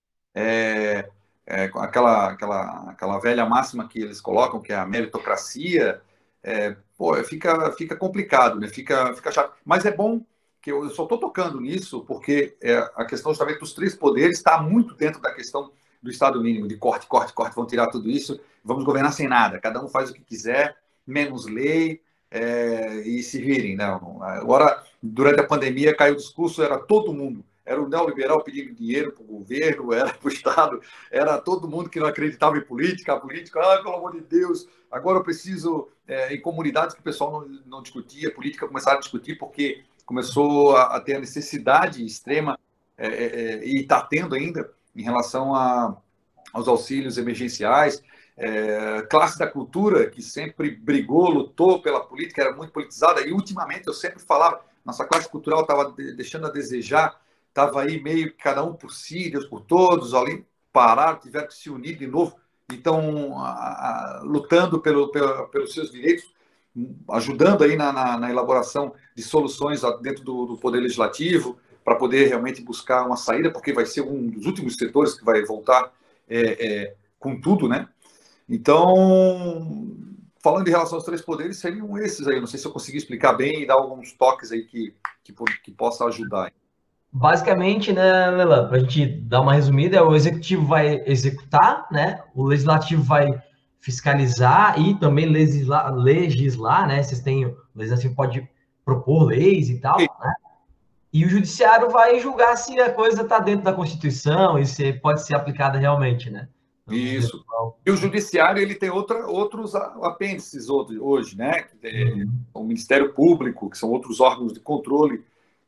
aquela velha máxima que eles colocam, que é a meritocracia, fica complicado, né? Fica chato. Mas é bom que eu só estou tocando nisso porque a questão justamente dos 3 poderes está muito dentro da questão do Estado mínimo, de corte, vão tirar tudo isso, vamos governar sem nada, cada um faz o que quiser, menos lei, e se virem. Não. Agora, durante a pandemia, caiu o discurso, era todo mundo, era o neoliberal pedindo dinheiro para o governo, era para o Estado, era todo mundo que não acreditava em política, a política, pelo amor de Deus, agora eu preciso, em comunidades que o pessoal não discutia, política começaram a discutir porque começou a ter a necessidade extrema, e está tendo ainda, em relação aos auxílios emergenciais, classe da cultura, que sempre brigou, lutou pela política, era muito politizada, e ultimamente eu sempre falava, nossa classe cultural estava deixando a desejar, estava aí meio que cada um por si, Deus por todos, ali pararam, tiveram que se unir de novo, então lutando pelos seus direitos, ajudando aí na elaboração de soluções dentro do Poder Legislativo, para poder realmente buscar uma saída, porque vai ser um dos últimos setores que vai voltar com tudo, né? Então, falando em relação aos 3 poderes, seriam esses aí. Não sei se eu consegui explicar bem e dar alguns toques aí que possa ajudar. Basicamente, né, Lelan, para a gente dar uma resumida, o executivo vai executar, né? O legislativo vai fiscalizar e também legislar, né? O legislativo pode propor leis e tal, né? E o judiciário vai julgar se a coisa está dentro da Constituição e se pode ser aplicada realmente, né? Isso. E o judiciário ele tem outros apêndices hoje, né? O Ministério Público, que são outros órgãos de controle,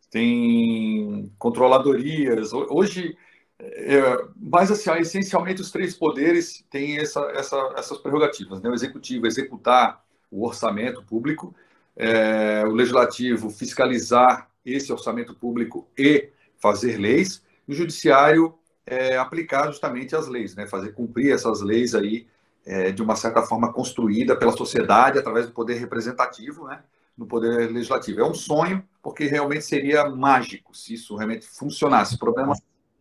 tem controladorias. Hoje, mas assim, essencialmente os três poderes têm essas prerrogativas, né? O executivo executar o orçamento público, o legislativo fiscalizar esse orçamento público e fazer leis, e o judiciário aplicar justamente as leis, né? Fazer cumprir essas leis aí de uma certa forma construída pela sociedade através do poder representativo, né? No poder legislativo. É um sonho, porque realmente seria mágico se isso realmente funcionasse. O problema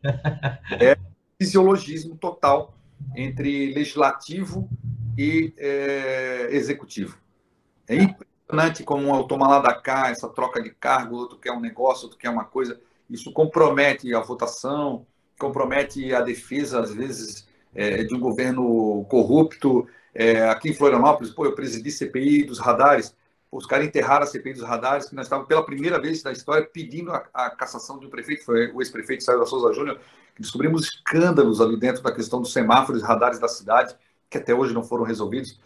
é fisiologismo total entre legislativo e executivo. É impressionante como o toma lá da cá, essa troca de cargo, outro quer um negócio, outro quer uma coisa. Isso compromete a votação, compromete a defesa, às vezes, de um governo corrupto. Aqui em Florianópolis, eu presidi CPI dos radares. Os caras enterraram a CPI dos radares, que nós estávamos, pela primeira vez na história, pedindo a cassação de um prefeito, foi o ex-prefeito Sérgio Souza Júnior, que descobrimos escândalos ali dentro da questão dos semáforos e radares da cidade, que até hoje não foram resolvidos.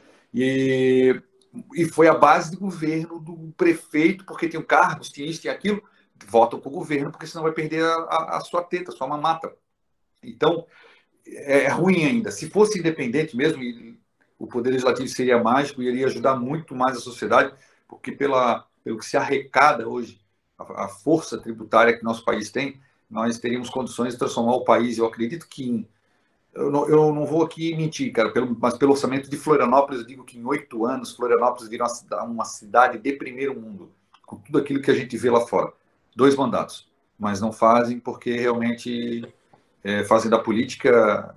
E foi a base do governo, do prefeito, porque tem cargos, tinha isso, tinha aquilo, votam para o governo, porque senão vai perder a sua teta, a sua mamata. Então, é ruim ainda. Se fosse independente mesmo, o Poder Legislativo seria mágico e iria ajudar muito mais a sociedade, porque pelo que se arrecada hoje, a força tributária que nosso país tem, nós teríamos condições de transformar o país. Eu acredito que eu não vou aqui mentir, cara, mas pelo orçamento de Florianópolis, eu digo que em 8 anos, Florianópolis vira uma cidade de primeiro mundo, com tudo aquilo que a gente vê lá fora. 2 mandatos, mas não fazem porque realmente fazem da política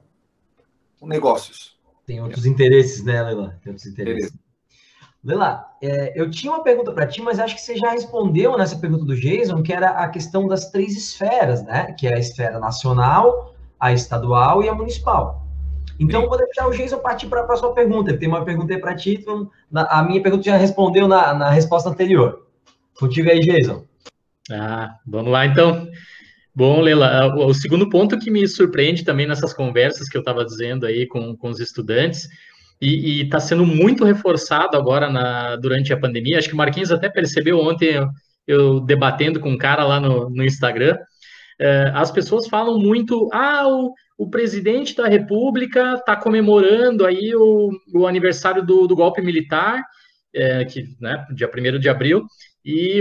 negócios. Tem outros interesses, né, Leila? Tem outros interesses. Leila, eu tinha uma pergunta para ti, mas acho que você já respondeu nessa pergunta do Jason, que era a questão das 3 esferas, né? Que é a esfera nacional, a estadual e a municipal. Então, vou deixar o Jason partir para a sua pergunta. Ele tem uma pergunta aí para ti, então, a minha pergunta já respondeu na resposta anterior. Contigo aí, Jason. Vamos lá, então. Bom, Leila, o segundo ponto que me surpreende também nessas conversas que eu estava dizendo aí com os estudantes, e está sendo muito reforçado agora durante a pandemia, acho que o Marquinhos até percebeu ontem, eu debatendo com um cara lá no Instagram, as pessoas falam muito, o presidente da República está comemorando aí o aniversário do golpe militar, né, dia 1º de abril, e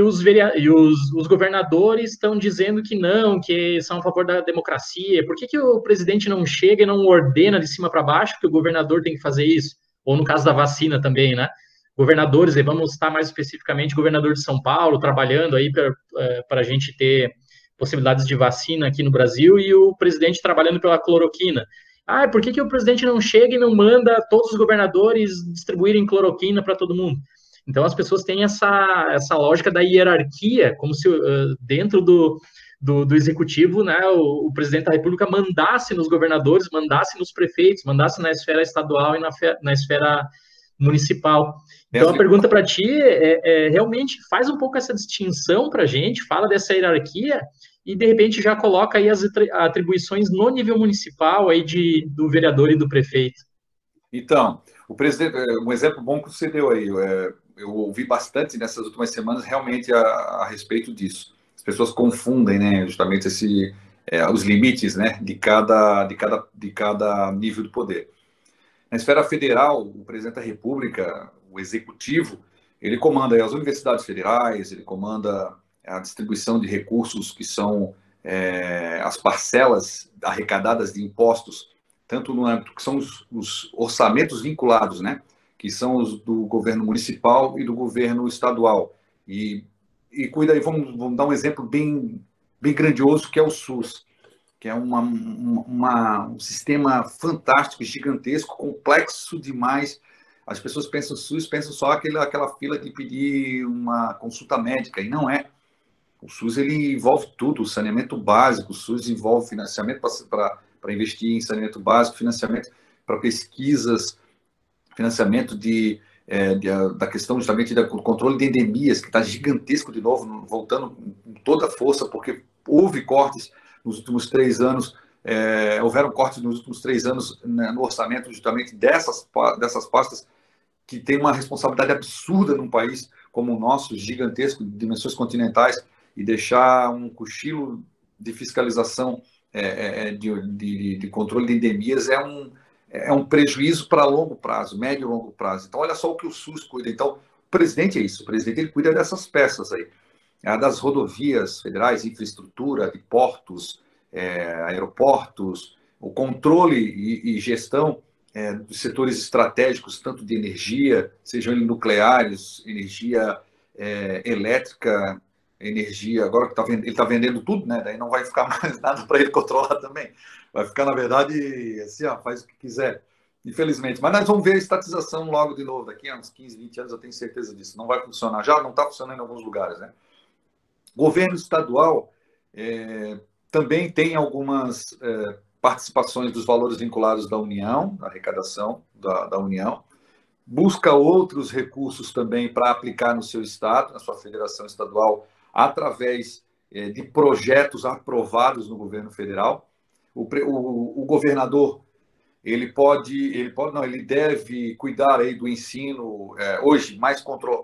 os governadores estão dizendo que não, que são a favor da democracia. Por que o presidente não chega e não ordena de cima para baixo que o governador tem que fazer isso? Ou no caso da vacina também, né? Governadores, vamos estar mais especificamente, governador de São Paulo, trabalhando aí para a gente ter possibilidades de vacina aqui no Brasil, e o presidente trabalhando pela cloroquina. Por que o presidente não chega e não manda todos os governadores distribuírem cloroquina para todo mundo? Então, as pessoas têm essa lógica da hierarquia, como se dentro do executivo, né, o presidente da República mandasse nos governadores, mandasse nos prefeitos, mandasse na esfera estadual e na esfera municipal. Então, a pergunta para ti realmente faz um pouco essa distinção para a gente, fala dessa hierarquia e, de repente, já coloca aí as atribuições no nível municipal aí do vereador e do prefeito. Então, o presidente, um exemplo bom que você deu aí, eu ouvi bastante nessas últimas semanas realmente a respeito disso. As pessoas confundem, né, justamente os limites, né, de cada nível do poder. Na esfera federal, o presidente da República, o executivo, ele comanda as universidades federais, ele comanda a distribuição de recursos que são as parcelas arrecadadas de impostos, tanto no âmbito que são os orçamentos vinculados, né, que são os do governo municipal e do governo estadual. E cuida aí, vamos dar um exemplo bem grandioso, que é o SUS, que é um sistema fantástico, gigantesco, complexo demais. As pessoas pensam SUS, pensam só aquela fila de pedir uma consulta médica, e não é. O SUS ele envolve tudo, o saneamento básico, o SUS envolve financiamento para investir em saneamento básico, financiamento para pesquisas, financiamento da questão justamente do controle de endemias, que está gigantesco de novo, voltando com toda a força, porque houve cortes nos últimos 3 anos houveram cortes nos últimos 3 anos, né, no orçamento justamente dessas pastas, que tem uma responsabilidade absurda num país como o nosso, gigantesco, de dimensões continentais, e deixar um cochilo de fiscalização, de controle de endemias, é um prejuízo para longo prazo, médio e longo prazo. Então, olha só o que o SUS cuida. Então, o presidente é isso, o presidente ele cuida dessas peças aí, das rodovias federais, infraestrutura, de portos, aeroportos, o controle e gestão dos setores estratégicos, tanto de energia, sejam eles nucleares, energia elétrica, energia, agora que ele está vendendo tudo, né? Daí não vai ficar mais nada para ele controlar também. Vai ficar, na verdade, assim, faz o que quiser, infelizmente. Mas nós vamos ver a estatização logo de novo, daqui a uns 15, 20 anos, eu tenho certeza disso. Não vai funcionar. Já não está funcionando em alguns lugares, né? Governo estadual também tem algumas participações dos valores vinculados da União, da arrecadação da União, busca outros recursos também para aplicar no seu estado, na sua federação estadual, através de projetos aprovados no governo federal. O governador ele deve cuidar aí do ensino hoje mais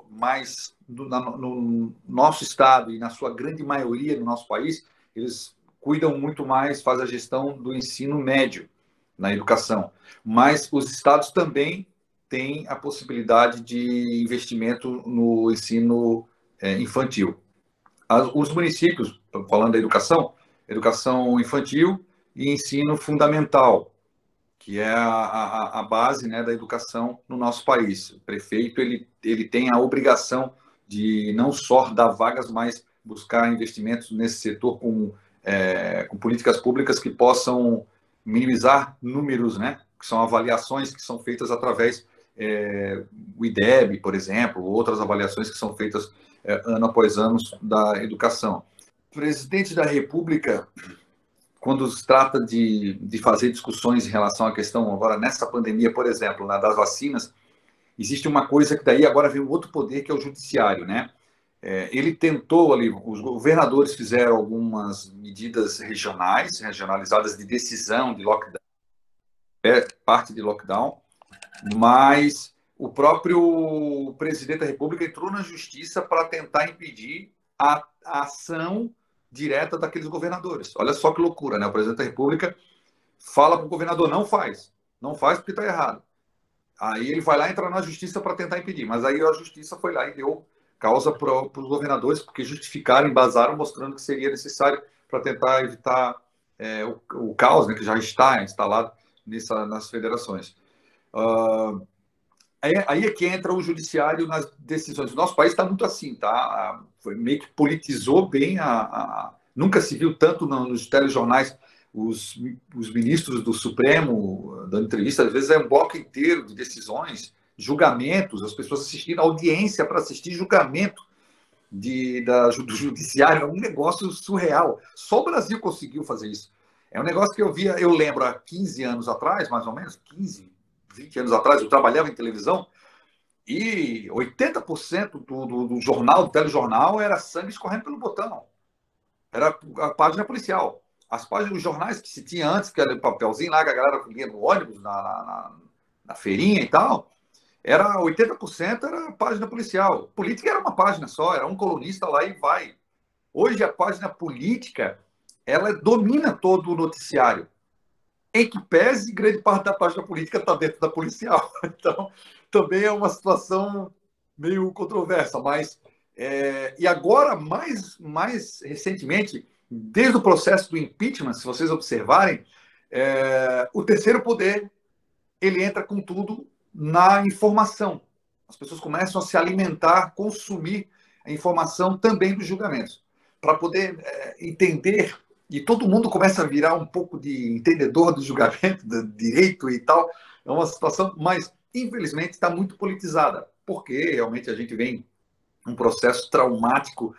no nosso estado e na sua grande maioria no nosso país, eles cuidam muito mais, fazem a gestão do ensino médio na educação. Mas os estados também têm a possibilidade de investimento no ensino infantil. Os municípios, falando da educação infantil e ensino fundamental, que é a base, né, da educação no nosso país. O prefeito ele tem a obrigação de não só dar vagas, mas buscar investimentos nesse setor com políticas públicas que possam minimizar números, né, que são avaliações que são feitas através do IDEB, por exemplo, outras avaliações que são feitas ano após ano da educação. O presidente da República, quando se trata de fazer discussões em relação à questão, agora nessa pandemia, por exemplo, das vacinas, existe uma coisa que daí agora vem um outro poder, que é o judiciário, né? Ele tentou ali, os governadores fizeram algumas medidas regionalizadas de decisão de lockdown, parte de lockdown, mas o próprio presidente da República entrou na justiça para tentar impedir a ação direta daqueles governadores. Olha só que loucura, né? O presidente da República fala para o governador, não faz porque está errado. Aí ele vai lá entrar na justiça para tentar impedir, mas aí a justiça foi lá e deu causa para os governadores, porque justificaram, embasaram, mostrando que seria necessário para tentar evitar o caos, né, que já está instalado nas federações. Aí é que entra o judiciário nas decisões. O nosso país está muito assim, tá? Meio que politizou bem. Nunca se viu tanto nos telejornais os ministros do Supremo dando entrevista. Às vezes é um bloco inteiro de decisões, julgamentos, as pessoas assistindo audiência para assistir julgamento do judiciário. É um negócio surreal. Só o Brasil conseguiu fazer isso. É um negócio que eu lembro há 15 anos atrás, mais ou menos, 15, 20 anos atrás, eu trabalhava em televisão e 80% do jornal, do telejornal, era sangue escorrendo pelo botão. Era a página policial. As páginas dos jornais que se tinha antes, que era papelzinho lá, que a galera lia no ônibus, na feirinha e tal, 80% era a página policial. Política era uma página só, era um colunista lá e vai. Hoje a página política, ela domina todo o noticiário. Em que pese, grande parte da página política está dentro da policial. Então, também é uma situação meio controversa. Mas, e agora, mais recentemente, desde o processo do impeachment, se vocês observarem, o terceiro poder ele entra com tudo na informação. As pessoas começam a se alimentar, consumir a informação também dos julgamentos, para poder entender. E todo mundo começa a virar um pouco de entendedor do julgamento, do direito e tal. É uma situação, mas, infelizmente, está muito politizada, porque realmente a gente vem um processo traumático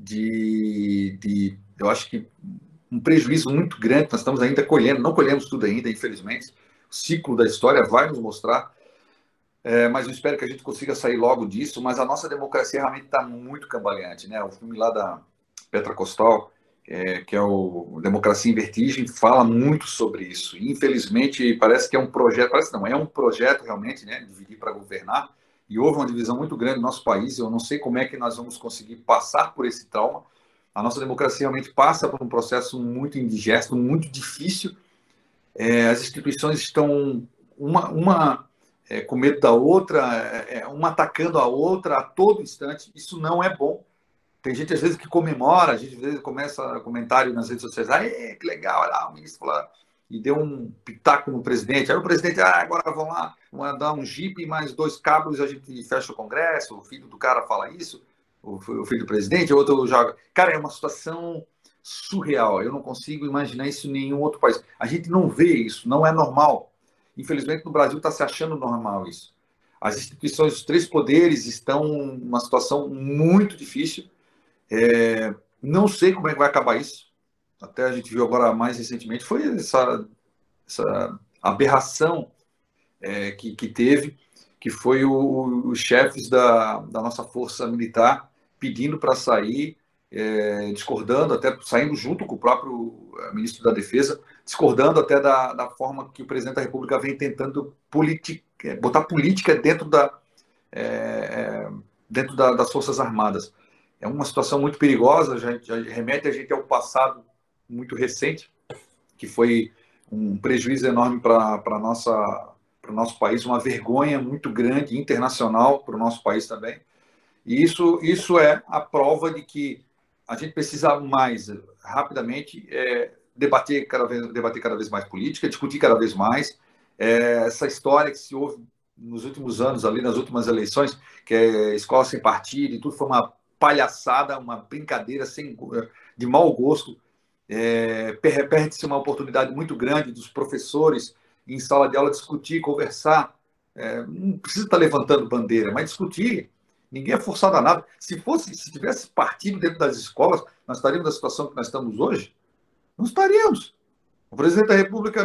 eu acho que um prejuízo muito grande. Nós estamos ainda colhendo, não colhemos tudo ainda, infelizmente. O ciclo da história vai nos mostrar, mas eu espero que a gente consiga sair logo disso. Mas a nossa democracia realmente está muito cambaleante, né? O filme lá da Petra Kostal, que é o Democracia em Vertigem, fala muito sobre isso. Infelizmente, parece que é um projeto, parece não, é um projeto realmente, né, dividir para governar, e houve uma divisão muito grande no nosso país. Eu não sei como é que nós vamos conseguir passar por esse trauma. A nossa democracia realmente passa por um processo muito indigesto, muito difícil. As instituições estão uma com medo da outra, uma atacando a outra a todo instante. Isso não é bom. Tem gente, às vezes, que comemora, a gente, às vezes, começa comentário nas redes sociais, que legal, olha lá, o ministro falou, e deu um pitaco no presidente. Aí o presidente, agora vão lá, mandar um jipe e mais 2 cabos, a gente fecha o Congresso, o filho do cara fala isso, o filho do presidente, o outro joga. Cara, é uma situação surreal, eu não consigo imaginar isso em nenhum outro país. A gente não vê isso, não é normal. Infelizmente, no Brasil está se achando normal isso. As instituições, os 3 poderes estão numa situação muito difícil. Não sei como é que vai acabar isso. Até a gente viu agora mais recentemente, foi essa aberração que teve, que foi os chefes da nossa força militar pedindo para sair, discordando, até saindo junto com o próprio ministro da Defesa, discordando até da forma que o presidente da República vem tentando botar política dentro das Forças Armadas. É uma situação muito perigosa, já remete a gente ao passado muito recente, que foi um prejuízo enorme para o nosso país, uma vergonha muito grande, internacional, para o nosso país também. E isso é a prova de que a gente precisa mais, rapidamente, debater cada vez mais política, discutir cada vez mais. Essa história que se houve nos últimos anos, ali nas últimas eleições, que é escola sem partido e tudo, foi uma palhaçada, uma brincadeira de mau gosto. Perde-se uma oportunidade muito grande dos professores em sala de aula discutir, conversar. Não precisa estar levantando bandeira, mas discutir. Ninguém é forçado a nada. Se tivesse partido dentro das escolas, nós estaríamos na situação que nós estamos hoje? Não estaríamos. O presidente da República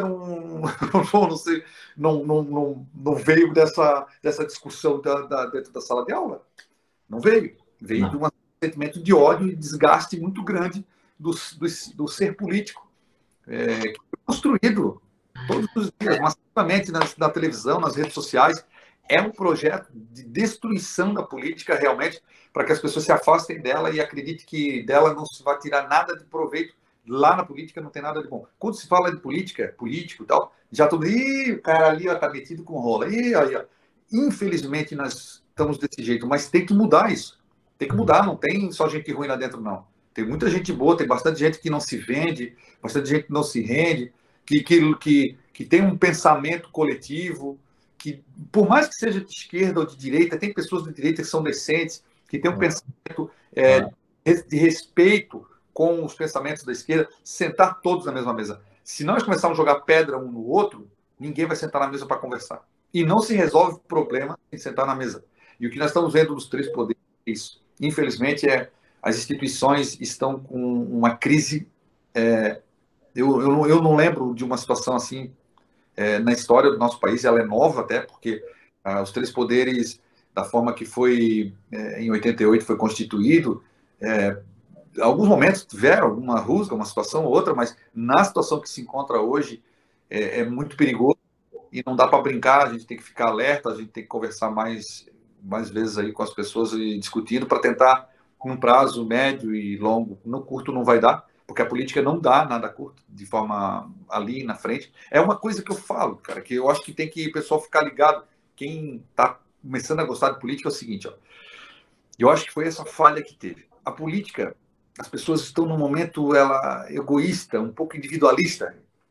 não veio dessa discussão dentro da sala de aula. Não veio. Veio de um sentimento de ódio e desgaste muito grande do ser político, que foi construído todos os dias, massivamente na televisão, nas redes sociais. É um projeto de destruição da política, realmente, para que as pessoas se afastem dela e acreditem que dela não se vai tirar nada de proveito. Lá na política não tem nada de bom. Quando se fala de política, político e tal, já todo mundo, o cara ali está metido com rola. Aí. Infelizmente, nós estamos desse jeito, mas tem que mudar isso. Tem que mudar, não tem só gente ruim lá dentro, não. Tem muita gente boa, tem bastante gente que não se vende, bastante gente que não se rende, que tem um pensamento coletivo, que, por mais que seja de esquerda ou de direita, tem pessoas de direita que são decentes, que têm um pensamento de respeito com os pensamentos da esquerda, sentar todos na mesma mesa. Se nós começarmos a jogar pedra um no outro, ninguém vai sentar na mesa para conversar. E não se resolve o problema sem sentar na mesa. E o que nós estamos vendo nos 3 poderes é isso. Infelizmente, as instituições estão com uma crise. Eu não lembro de uma situação assim na história do nosso país. Ela é nova até, porque os 3 poderes, da forma que foi em 88, foi constituído, alguns momentos tiveram alguma rusga, uma situação ou outra, mas na situação que se encontra hoje é muito perigoso e não dá para brincar. A gente tem que ficar alerta, a gente tem que conversar mais vezes aí com as pessoas e discutindo para tentar, num prazo médio e longo. No curto não vai dar, porque a política não dá nada curto, de forma ali na frente. É uma coisa que eu falo, cara, que eu acho que tem que o pessoal ficar ligado. Quem está começando a gostar de política é o seguinte, eu acho que foi essa falha que teve. A política, as pessoas estão num momento egoísta, um pouco individualista,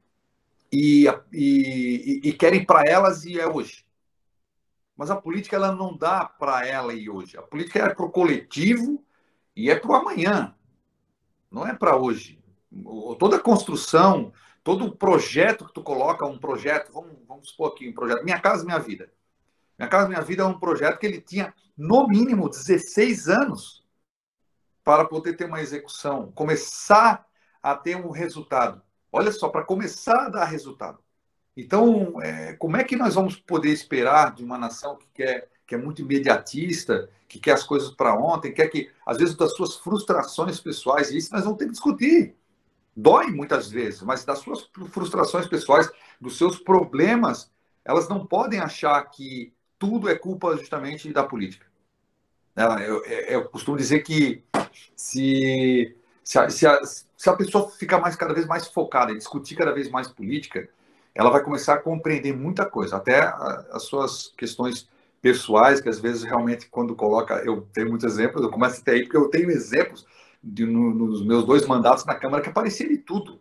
e querem para elas e é hoje. Mas a política ela não dá para ela e hoje. A política é para o coletivo e é para o amanhã. Não é para hoje. Toda construção, todo projeto que tu coloca, um projeto, vamos supor aqui, um projeto Minha Casa Minha Vida. Minha Casa Minha Vida é um projeto que ele tinha, no mínimo, 16 anos para poder ter uma execução, começar a ter um resultado. Olha só, para começar a dar resultado. Então, como é que nós vamos poder esperar de uma nação que quer que é muito imediatista, que quer as coisas para ontem, quer que, às vezes, das suas frustrações pessoais, e isso nós vamos ter que discutir. Dói muitas vezes, mas das suas frustrações pessoais, dos seus problemas, elas não podem achar que tudo é culpa justamente da política. Eu costumo dizer que se a pessoa ficar cada vez mais focada em discutir cada vez mais política, ela vai começar a compreender muita coisa, até as suas questões pessoais, que às vezes realmente quando coloca, eu tenho muitos exemplos, eu começo até aí, porque eu tenho exemplos nos meus 2 mandatos na Câmara que aparecia de tudo.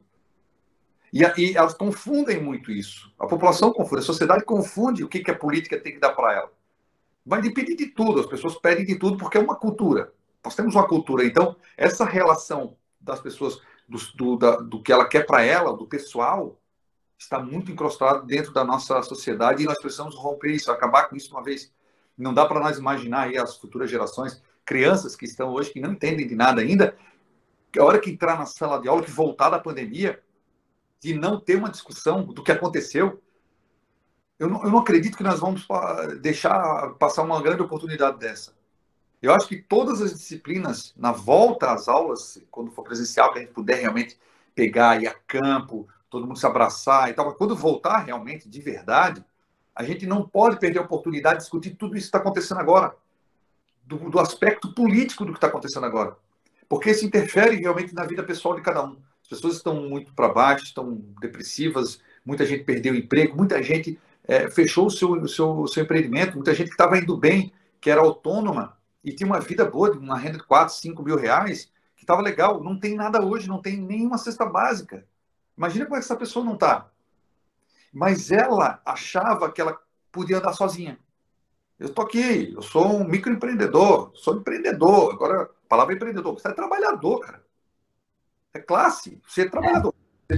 E elas confundem muito isso. A população confunde, a sociedade confunde o que a política tem que dar para ela. Vai depender de tudo, as pessoas pedem de tudo porque é uma cultura. Nós temos uma cultura, então essa relação das pessoas, do que ela quer para ela, do pessoal, está muito encrustado dentro da nossa sociedade e nós precisamos romper isso, acabar com isso uma vez. Não dá para nós imaginar aí as futuras gerações, crianças que estão hoje, que não entendem de nada ainda, que a hora que entrar na sala de aula, que voltar da pandemia, de não ter uma discussão do que aconteceu, eu não acredito que nós vamos deixar passar uma grande oportunidade dessa. Eu acho que todas as disciplinas, na volta às aulas, quando for presencial, que a gente puder realmente pegar, ir a campo, todo mundo se abraçar e tal, mas quando voltar realmente, de verdade, a gente não pode perder a oportunidade de discutir tudo isso que está acontecendo agora, do aspecto político do que está acontecendo agora. Porque isso interfere realmente na vida pessoal de cada um. As pessoas estão muito para baixo, estão depressivas, muita gente perdeu o emprego, muita gente fechou o seu empreendimento, muita gente que estava indo bem, que era autônoma e tinha uma vida boa, uma renda de 4, 5 mil reais, que estava legal. Não tem nada hoje, não tem nenhuma cesta básica. Imagina como é que essa pessoa não está. Mas ela achava que ela podia andar sozinha. Eu estou aqui, eu sou um microempreendedor, sou empreendedor. Agora, a palavra é empreendedor, você é trabalhador, cara. É classe, você é trabalhador. Você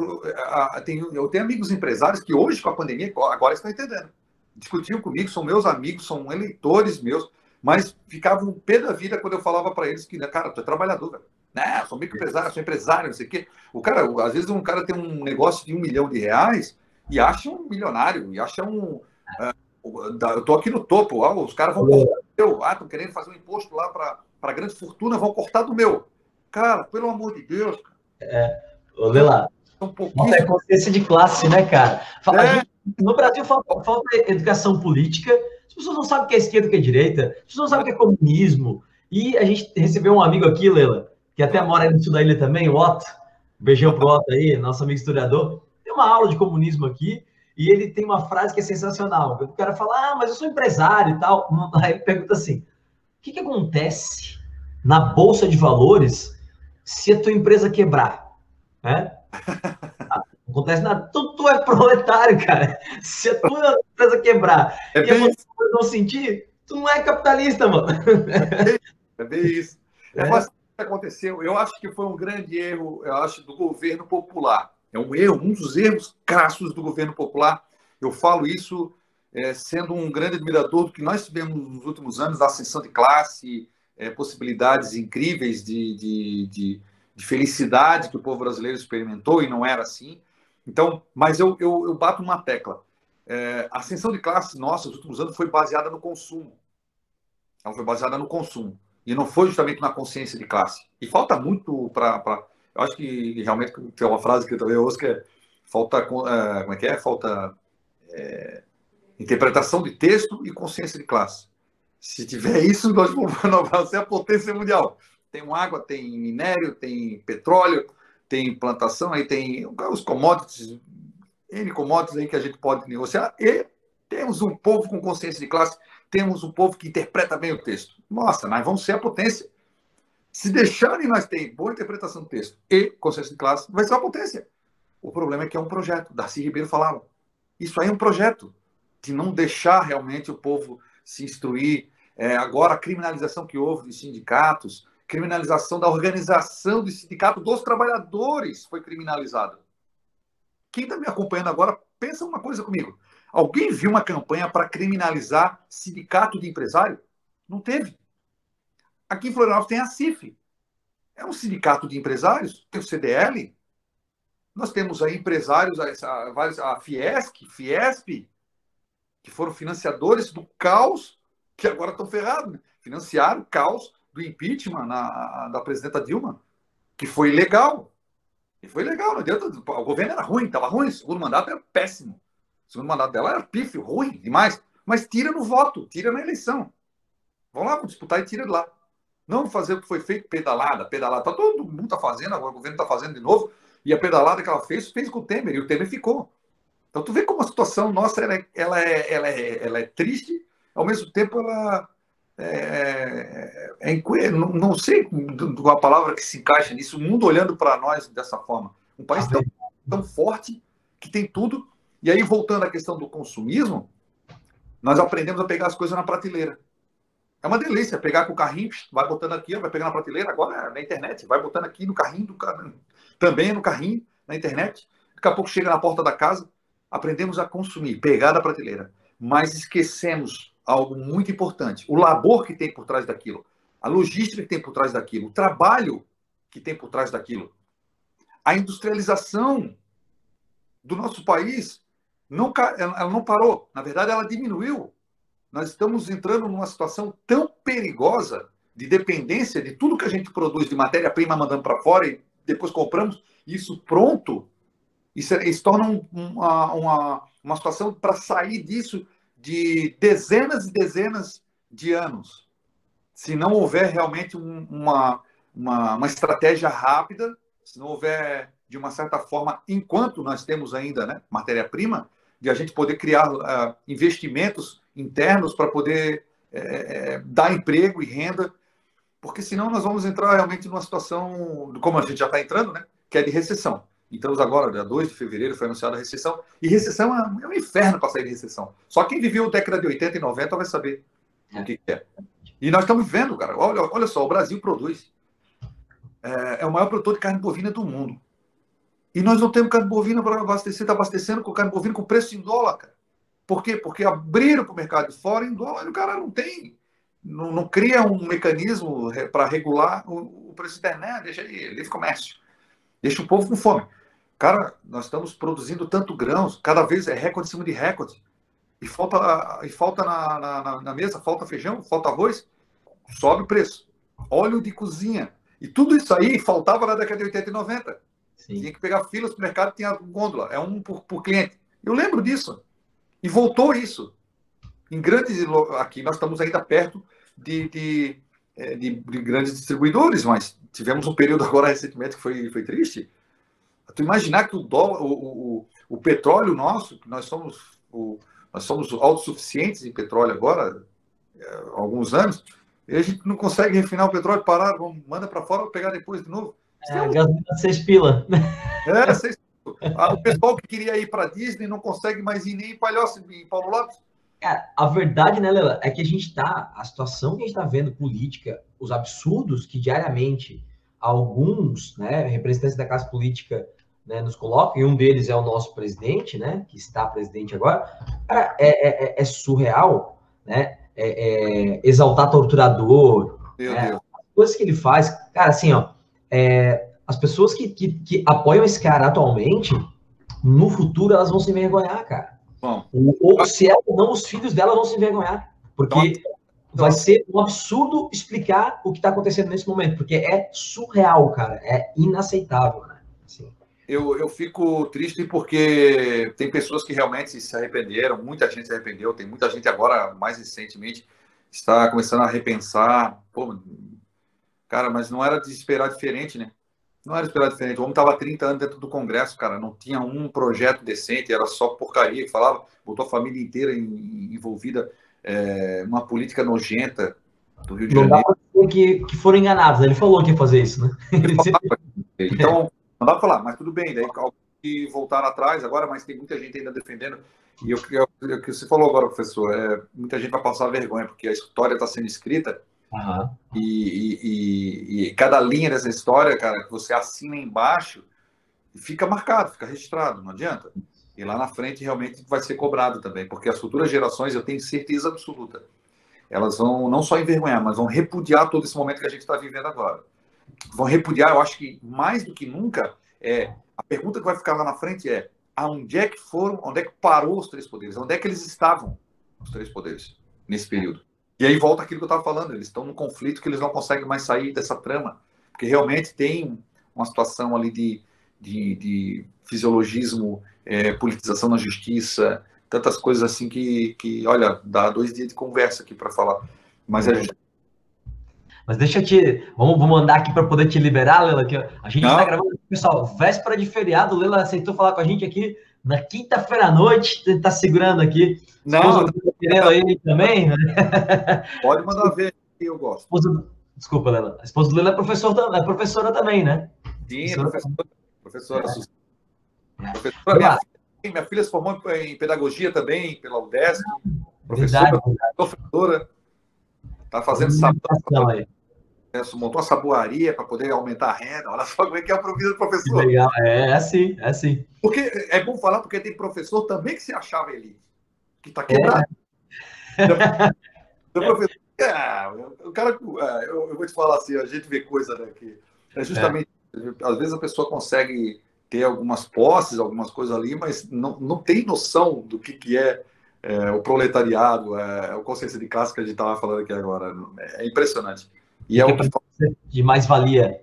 eu tenho amigos empresários que hoje, com a pandemia, agora estão entendendo. Discutiam comigo, são meus amigos, são eleitores meus, mas ficavam um pé da vida quando eu falava para eles que, cara, tu é trabalhador, velho. Né? Sou microempresário, sou empresário, não sei o quê. O cara, às vezes um cara tem um negócio de R$1 milhão e acha um milionário, e acha um... eu estou aqui no topo, os caras vão cortar do meu, estão querendo fazer um imposto lá para grande fortuna, vão cortar do meu. Cara, pelo amor de Deus. Ô, Lela, falta consciência de classe, né, cara? No Brasil falta educação política, as pessoas não sabem o que é esquerda e o que é direita, as pessoas não sabem o que é comunismo. E a gente recebeu um amigo aqui, Lela, que até mora aí no sul da ilha também, o Otto. Beijão pro Otto aí, nosso amigo historiador. Tem uma aula de comunismo aqui, e ele tem uma frase que é sensacional. O cara fala, mas eu sou empresário e tal. Aí ele pergunta assim, o que acontece na Bolsa de Valores se a tua empresa quebrar? Não acontece nada. Tu é proletário, cara. Se a tua empresa quebrar e a pessoa não sentir, tu não é capitalista, mano. É bem isso. Mas o que aconteceu? Eu acho que foi um grande erro, eu acho, do governo popular. É um erro, um dos erros crassos do governo popular. Eu falo isso sendo um grande admirador do que nós tivemos nos últimos anos, da ascensão de classe, possibilidades incríveis de felicidade que o povo brasileiro experimentou e não era assim. Então, mas eu bato numa tecla. A ascensão de classe nossa nos últimos anos foi baseada no consumo. Ela foi baseada no consumo. E não foi justamente na consciência de classe. E falta muito para... Eu acho que realmente tem uma frase que eu também ouço que é falta... Como é que é? Falta interpretação de texto e consciência de classe. Se tiver isso, nós vamos ser a potência mundial. Tem água, tem minério, tem petróleo, tem plantação, aí tem os commodities, N commodities aí que a gente pode negociar, e temos um povo com consciência de classe, temos um povo que interpreta bem o texto. Nossa, nós vamos ser a potência. Se deixarem nós ter boa interpretação do texto e consciência de classe, vai ser uma potência. O problema é que é um projeto. Darcy Ribeiro falava. Isso aí é um projeto de não deixar realmente o povo se instruir. Agora, a criminalização que houve de sindicatos, criminalização da organização do sindicato dos trabalhadores foi criminalizada. Quem está me acompanhando agora, pensa uma coisa comigo. Alguém viu uma campanha para criminalizar sindicato de empresário? Não teve. Aqui em Florianópolis tem a CIF. É um sindicato de empresários, tem o CDL. Nós temos aí empresários, a Fiesc, Fiesp, que foram financiadores do caos que agora estão ferrados, né? Financiaram o caos do impeachment da presidenta Dilma, que foi legal. E foi legal, não adianta. O governo era ruim, estava ruim, o segundo mandato era péssimo. O segundo mandato dela era pífio, ruim demais. Mas tira no voto, tira na eleição. Vamos lá, vamos disputar e tira de lá. Não fazer o que foi feito, pedalada. Tá, todo mundo está fazendo, agora o governo está fazendo de novo. E a pedalada que ela fez com o Temer, e o Temer ficou. Então, tu vê como a situação nossa ela é triste, ao mesmo tempo ela não sei a palavra que se encaixa nisso, o mundo olhando para nós dessa forma. Um país tão forte, que tem tudo. E aí, voltando à questão do consumismo, nós aprendemos a pegar as coisas na prateleira. É uma delícia pegar com o carrinho, vai botando aqui, vai pegar na prateleira, agora na internet, vai botando aqui no carrinho, também no carrinho, na internet. Daqui a pouco chega na porta da casa, aprendemos a consumir, pegar da prateleira. Mas esquecemos algo muito importante, o labor que tem por trás daquilo, a logística que tem por trás daquilo, o trabalho que tem por trás daquilo. A industrialização do nosso país, ela não parou, na verdade ela diminuiu. Nós estamos entrando numa situação tão perigosa de dependência de tudo que a gente produz de matéria-prima mandando para fora e depois compramos isso pronto. Isso torna uma situação para sair disso de dezenas e dezenas de anos. Se não houver realmente uma estratégia rápida, se não houver, de uma certa forma, enquanto nós temos ainda, né, matéria-prima, de a gente poder criar investimentos internos para poder dar emprego e renda, porque senão nós vamos entrar realmente numa situação, como a gente já está entrando, né, que é de recessão. Entramos agora, dia 2 de fevereiro, foi anunciada a recessão, e recessão é um inferno para sair de recessão. Só quem viveu a década de 80 e 90 vai saber o que é. E nós estamos vendo, cara, olha só, o Brasil produz, é o maior produtor de carne bovina do mundo. E nós não temos carne bovina para abastecer, está abastecendo com carne bovina com preço em dólar, cara. Por quê? Porque abriram para o mercado de fora em dólar e o cara não tem. Não cria um mecanismo para regular o preço internet, deixa aí, livre comércio. Deixa o povo com fome. Cara, nós estamos produzindo tanto grãos, cada vez é recorde em cima de recorde. E falta na mesa, falta feijão, falta arroz, sobe o preço. Óleo de cozinha. E tudo isso aí faltava na década de 80 e 90. Sim. Tinha que pegar filas para o mercado, tinha gôndola, é um por cliente. Eu lembro disso. E voltou isso. Em grandes... Aqui nós estamos ainda perto de grandes distribuidores, mas tivemos um período agora recentemente que foi triste. Tu imaginar que o dólar, o petróleo nosso, que nós somos autossuficientes em petróleo agora, há alguns anos, e a gente não consegue refinar o petróleo, parar, manda para fora, pegar depois de novo. Gasolina 6 pila. 6 pila. O pessoal que queria ir para Disney não consegue mais ir nem em Palhoça, em Paulo Lopes. Cara, a verdade, né, Lela, é que a situação que a gente está vendo política, os absurdos que diariamente alguns, né, representantes da classe política, né, nos colocam, e um deles é o nosso presidente, né, que está presidente agora, cara, é surreal, né, exaltar torturador, né, as coisas que ele faz, cara, assim, ó, as pessoas que apoiam esse cara atualmente, no futuro elas vão se envergonhar, cara. Bom, ou se ela não, os filhos dela vão se envergonhar, porque vai ser um absurdo explicar o que está acontecendo nesse momento, porque é surreal, cara, é inaceitável, né? Assim. Eu fico triste porque tem pessoas que realmente se arrependeram, muita gente se arrependeu, tem muita gente agora, mais recentemente, está começando a repensar. Pô, cara, mas não era de esperar diferente, né? Não era esperar diferente. O homem estava há 30 anos dentro do Congresso, cara, não tinha um projeto decente, era só porcaria que falava, botou a família inteira envolvida numa política nojenta do Rio de Janeiro. Não dá para dizer que foram enganados, ele falou que ia fazer isso, né? Então, não dá para falar, mas tudo bem, daí que voltaram atrás agora, mas tem muita gente ainda defendendo. E o que você falou agora, professor, muita gente vai passar vergonha, porque a história está sendo escrita. Uhum. E cada linha dessa história, cara, que você assina embaixo, fica marcado, fica registrado, não adianta. E lá na frente realmente vai ser cobrado também, porque as futuras gerações, eu tenho certeza absoluta, elas vão não só envergonhar, mas vão repudiar todo esse momento que a gente está vivendo agora. Vão repudiar, eu acho que mais do que nunca, a pergunta que vai ficar lá na frente é: onde é que parou os três poderes? Onde é que eles estavam, os três poderes, nesse período? E aí volta aquilo que eu estava falando, eles estão num conflito que eles não conseguem mais sair dessa trama, porque realmente tem uma situação ali de fisiologismo, politização na justiça, tantas coisas assim olha, dá 2 dias de conversa aqui para falar. Mas é justamente... Mas deixa eu te. Vamos mandar aqui para poder te liberar, Lela. Que a gente está gravando, pessoal, véspera de feriado. O Lela aceitou falar com a gente aqui na quinta-feira à noite. Ele está segurando aqui. Não, querendo ele também, né? Pode mandar ver, que eu gosto. Desculpa, Lela. A esposa do Lela é professora também, né? Sim, é professora. Minha filha se formou em pedagogia também, pela UDESC. Professora. Está fazendo sabão. Montou uma saboaria para poder aumentar a renda. Olha só como é que é a vida do professor. Que legal. É assim. Porque é bom falar, porque tem professor também que se achava elite, que está quebrado. Professor, o cara, eu vou te falar assim, a gente vê coisa, né, que é justamente, às vezes a pessoa consegue ter algumas posses, algumas coisas ali, mas não tem noção do que é o proletariado, a consciência de classe que a gente estava falando aqui agora. É impressionante. E é o que de mais-valia.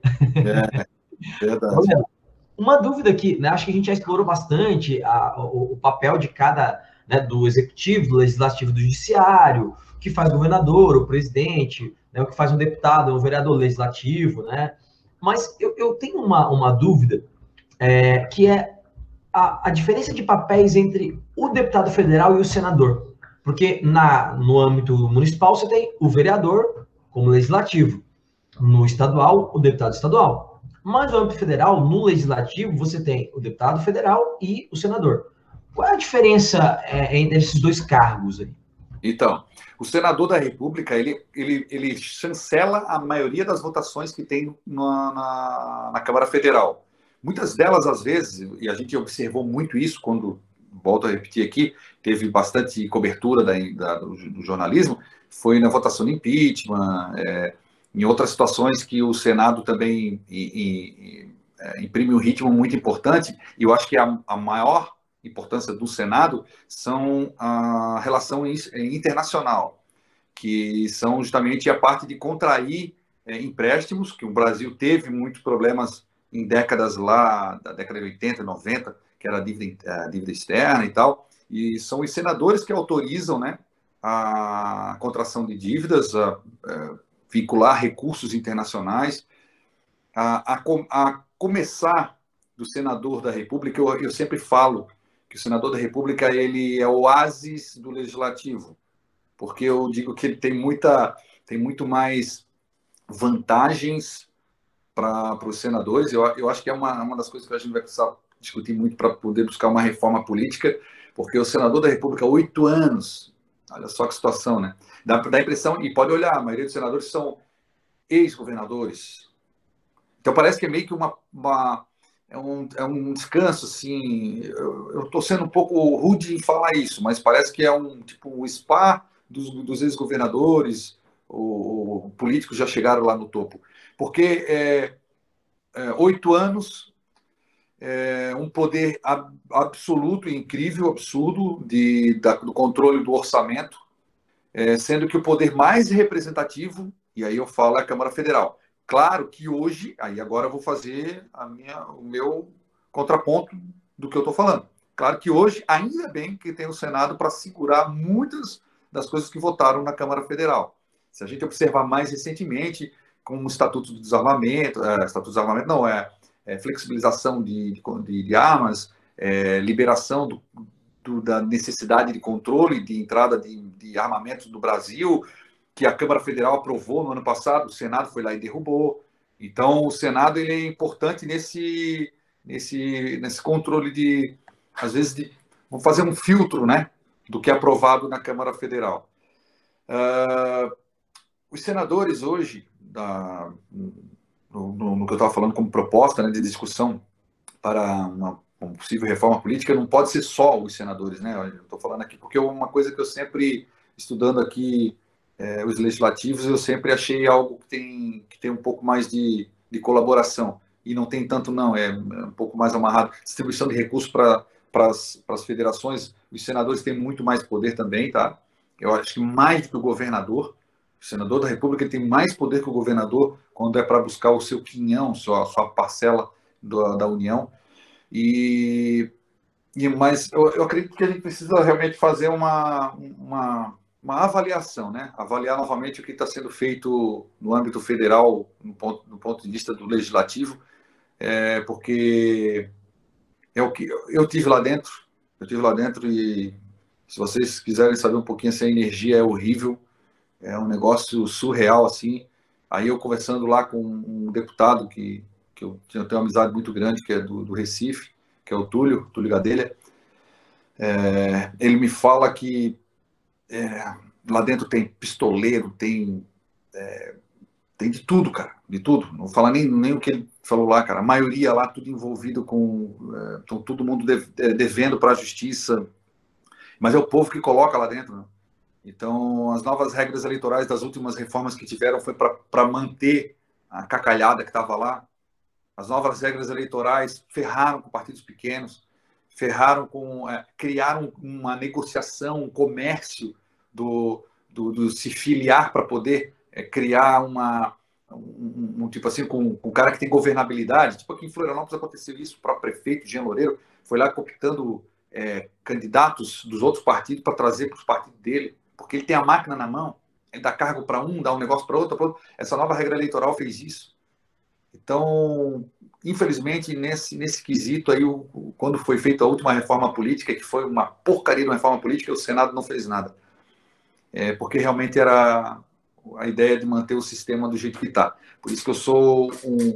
É verdade. Uma dúvida aqui, né? Acho que a gente já explorou bastante o papel de cada, né, do executivo, do legislativo, do judiciário, o que faz o governador, o presidente, né, o que faz um deputado, um vereador legislativo, né? Mas eu tenho uma dúvida, que é a diferença de papéis entre o deputado federal e o senador. Porque no âmbito municipal você tem o vereador como legislativo, no estadual, o deputado estadual. Mas no âmbito federal, no legislativo, você tem o deputado federal e o senador. Qual é a diferença entre esses dois cargos aí? Então, o senador da República, ele chancela a maioria das votações que tem na Câmara Federal. Muitas delas, às vezes, e a gente observou muito isso quando, volto a repetir aqui, teve bastante cobertura do jornalismo, foi na votação de impeachment, em outras situações que o Senado também imprime um ritmo muito importante, e eu acho que a maior importância do Senado são a relação internacional, que são justamente a parte de contrair empréstimos, que o Brasil teve muitos problemas em décadas lá, da década de 80, 90, que era a dívida externa e tal, e são os senadores que autorizam, né, a contração de dívidas, a vincular recursos internacionais, a começar do senador da República. Eu sempre falo que o senador da República ele é o oásis do legislativo, porque eu digo que ele tem muito mais vantagens para os senadores. Eu acho que é uma das coisas que a gente vai precisar discutir muito para poder buscar uma reforma política, porque o senador da República, 8 anos, olha só que situação, né? Dá a impressão, e pode olhar, a maioria dos senadores são ex-governadores. Então parece que é meio que é um descanso, assim. Eu estou sendo um pouco rude em falar isso, mas parece que é um spa dos ex-governadores, ou políticos já chegaram lá no topo. Porque 8 anos, um poder absoluto, incrível, absurdo do controle do orçamento, sendo que o poder mais representativo, e aí eu falo, é a Câmara Federal. Claro que hoje, aí agora eu vou fazer o meu contraponto do que eu estou falando. Claro que hoje, ainda bem que tem o Senado para segurar muitas das coisas que votaram na Câmara Federal. Se a gente observar mais recentemente, como o Estatuto do Desarmamento, flexibilização de armas, liberação da necessidade de controle de entrada de armamentos do Brasil, que a Câmara Federal aprovou no ano passado, o Senado foi lá e derrubou. Então, o Senado ele é importante nesse controle às vezes, vamos fazer um filtro, né, do que é aprovado na Câmara Federal. Os senadores hoje, no que eu estava falando como proposta, né, de discussão para uma possível reforma política, não pode ser só os senadores, né? Eu estou falando aqui porque uma coisa que eu sempre, estudando aqui os legislativos, eu sempre achei algo que tem um pouco mais de colaboração, e não tem tanto não, é um pouco mais amarrado. Distribuição de recursos para as federações, os senadores têm muito mais poder também, tá? Eu acho que mais do que o governador, O senador da República tem mais poder que o governador quando é para buscar o seu quinhão, sua parcela da União. Mas eu acredito que a gente precisa realmente fazer uma avaliação, né? Avaliar novamente o que está sendo feito no âmbito federal, no ponto de vista do legislativo, porque é o que eu tive lá dentro. Eu tive lá dentro e, se vocês quiserem saber um pouquinho, essa energia é horrível, é um negócio surreal, assim. Aí eu conversando lá com um deputado que eu tenho uma amizade muito grande, que é do Recife, que é o Túlio Gadelha, ele me fala que lá dentro tem pistoleiro, tem de tudo, cara, de tudo. Não vou falar nem o que ele falou lá, cara. A maioria lá, tudo envolvido com... Então, todo mundo devendo para a justiça. Mas é o povo que coloca lá dentro, né? Então, as novas regras eleitorais das últimas reformas que tiveram foi para manter a cacalhada que estava lá. As novas regras eleitorais ferraram com partidos pequenos, ferraram com... criaram uma negociação, um comércio do se filiar para poder criar um tipo assim, com o cara que tem governabilidade. Tipo, aqui em Florianópolis aconteceu isso, o próprio prefeito Jean Loureiro foi lá cooptando candidatos dos outros partidos para trazer para os partidos dele, porque ele tem a máquina na mão, ele dá cargo para um, dá um negócio para outro. Essa nova regra eleitoral fez isso. Então, infelizmente, nesse quesito aí, quando foi feita a última reforma política, que foi uma porcaria de uma reforma política, o Senado não fez nada. Porque realmente era a ideia de manter o sistema do jeito que está. Por isso que eu sou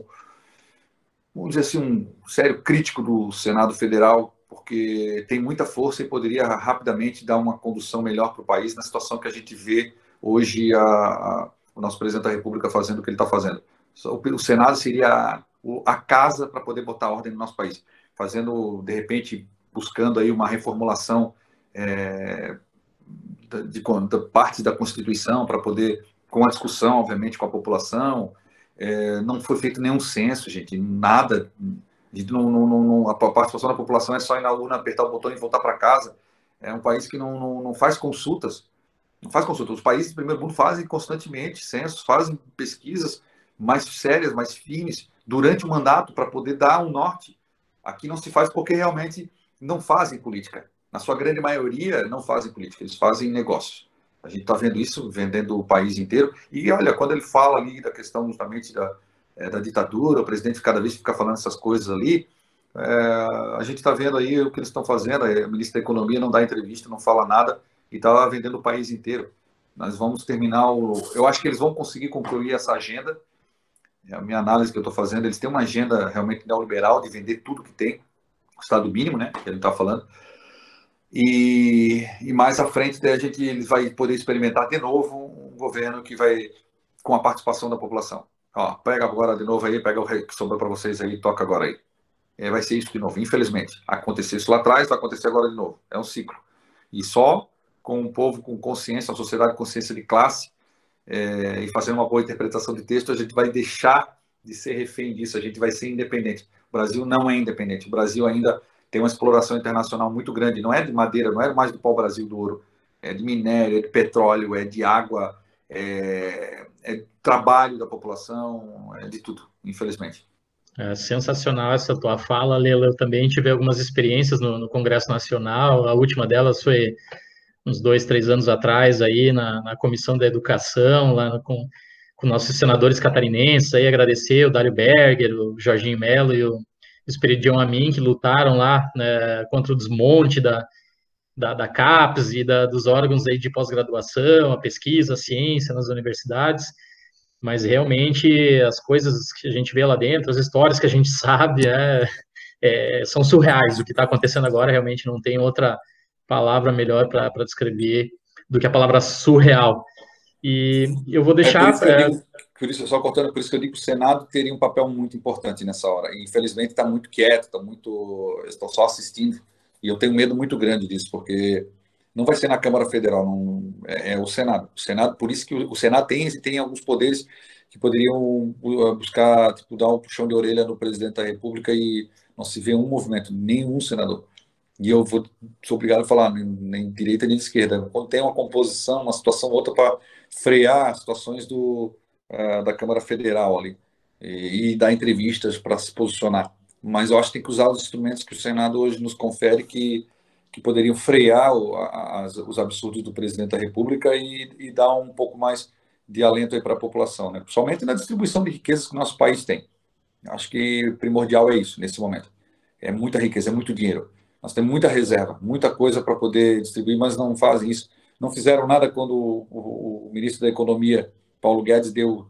vamos dizer assim, um sério crítico do Senado Federal, porque tem muita força e poderia rapidamente dar uma condução melhor para o país na situação que a gente vê hoje o nosso presidente da República fazendo o que ele está fazendo. O Senado seria a casa para poder botar ordem no nosso país, fazendo, de repente, buscando aí uma reformulação de partes da Constituição para poder, com a discussão, obviamente, com a população. Não foi feito nenhum censo, gente, nada. A participação da população é só ir na urna, apertar o botão e voltar para casa. É um país que não faz consultas. Não faz consultas. Os países do primeiro mundo fazem constantemente censos, fazem pesquisas mais sérias, mais firmes, durante o mandato, para poder dar um norte. Aqui não se faz porque realmente não fazem política. Na sua grande maioria, não fazem política, eles fazem negócio. A gente está vendo isso, vendendo o país inteiro. E olha, quando ele fala ali da questão justamente da ditadura, o presidente cada vez fica falando essas coisas ali, a gente está vendo aí o que eles estão fazendo. A ministra da Economia não dá entrevista, não fala nada, e está vendendo o país inteiro. Nós vamos terminar eu acho que eles vão conseguir concluir essa agenda. A minha análise que eu estou fazendo, eles têm uma agenda realmente neoliberal de vender tudo que tem, o Estado mínimo, né, que ele está falando. E mais à frente ele vai poder experimentar de novo um governo que vai com a participação da população. Pega agora de novo aí, pega o que sobrou para vocês aí, toca agora aí. Vai ser isso de novo, infelizmente. Aconteceu isso lá atrás, vai acontecer agora de novo. É um ciclo. E só com um povo com consciência, uma sociedade com consciência de classe, e fazendo uma boa interpretação de texto, a gente vai deixar de ser refém disso, a gente vai ser independente. O Brasil não é independente. O Brasil ainda tem uma exploração internacional muito grande. Não é de madeira, não é mais do pau-brasil do ouro. É de minério, é de petróleo, é de água, é trabalho da população, é de tudo, infelizmente. Sensacional essa tua fala, Leila. Eu também tive algumas experiências no Congresso Nacional. A última delas foi uns 2, 3 anos atrás, aí na Comissão da Educação, lá com nossos senadores catarinenses. Aí agradecer o Dário Berger, o Jorginho Melo e o Esperidião Amin, que lutaram lá, né, contra o desmonte da CAPES e dos órgãos aí de pós-graduação, a pesquisa, a ciência nas universidades. Mas realmente as coisas que a gente vê lá dentro, as histórias que a gente sabe, são surreais. O que está acontecendo agora realmente não tem outra palavra melhor para descrever do que a palavra surreal. E eu vou deixar... Por isso, só cortando, por isso que eu digo que o Senado teria um papel muito importante nessa hora. E, infelizmente, está muito quieto, estão só assistindo. E eu tenho medo muito grande disso, porque não vai ser na Câmara Federal, não, é o Senado. O Senado, por isso que o Senado tem alguns poderes que poderiam buscar, tipo, dar um puxão de orelha no presidente da República, e não se vê um movimento, nenhum senador. E eu sou obrigado a falar nem direita nem esquerda. Quando tem uma composição, uma situação ou outra para frear as situações da Câmara Federal ali e dar entrevistas para se posicionar. Mas eu acho que tem que usar os instrumentos que o Senado hoje nos confere que poderiam frear os absurdos do presidente da República e dar um pouco mais de alento para a população, né? Principalmente na distribuição de riquezas que o nosso país tem. Acho que primordial é isso nesse momento. É muita riqueza, é muito dinheiro. Nós temos muita reserva, muita coisa para poder distribuir, mas não fazem isso. Não fizeram nada quando o ministro da Economia, Paulo Guedes, deu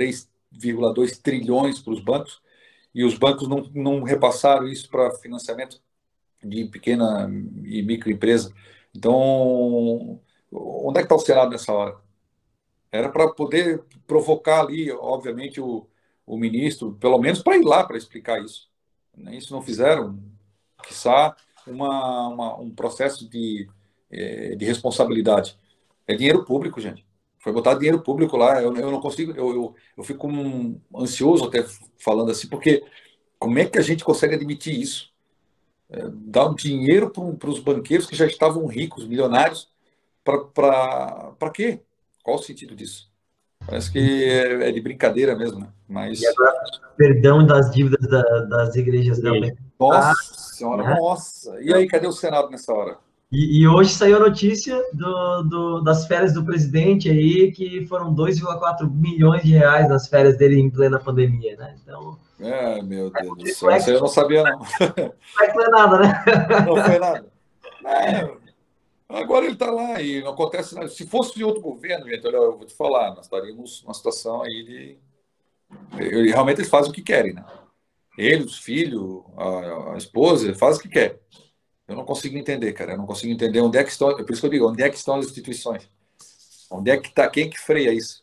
3,2 trilhões para os bancos e os bancos não repassaram isso para financiamento de pequena e microempresa. Então, onde é que está o Senado nessa hora? Era para poder provocar ali, obviamente, o ministro, pelo menos para ir lá para explicar isso. Isso não fizeram, quiçá um processo de responsabilidade. É dinheiro público, gente. Foi botar dinheiro público lá. Eu não consigo, eu fico ansioso até falando assim, porque como é que a gente consegue admitir isso? Dar um dinheiro para os banqueiros que já estavam ricos, milionários, para quê? Qual o sentido disso? Parece que é de brincadeira mesmo, né? E Mas, agora, perdão das dívidas das igrejas também. nossa senhora, Né? nossa. E aí, cadê o Senado nessa hora? E hoje saiu a notícia das férias do presidente aí, que foram 2,4 milhões de reais nas férias dele em plena pandemia, né? Então, Meu Deus do céu, isso aí reflexo, eu não sabia, não. não é nada, né? Não foi nada. É, agora ele está lá e não acontece nada. Se fosse de outro governo, gente, olha, eu vou te falar, nós estaríamos numa situação aí realmente eles fazem o que querem, né? Ele, os filhos, a esposa, fazem o que querem. Eu não consigo entender, cara. Eu não consigo entender onde é que estão. É por isso que eu digo, onde é que estão as instituições? Onde é que está? Quem que freia isso?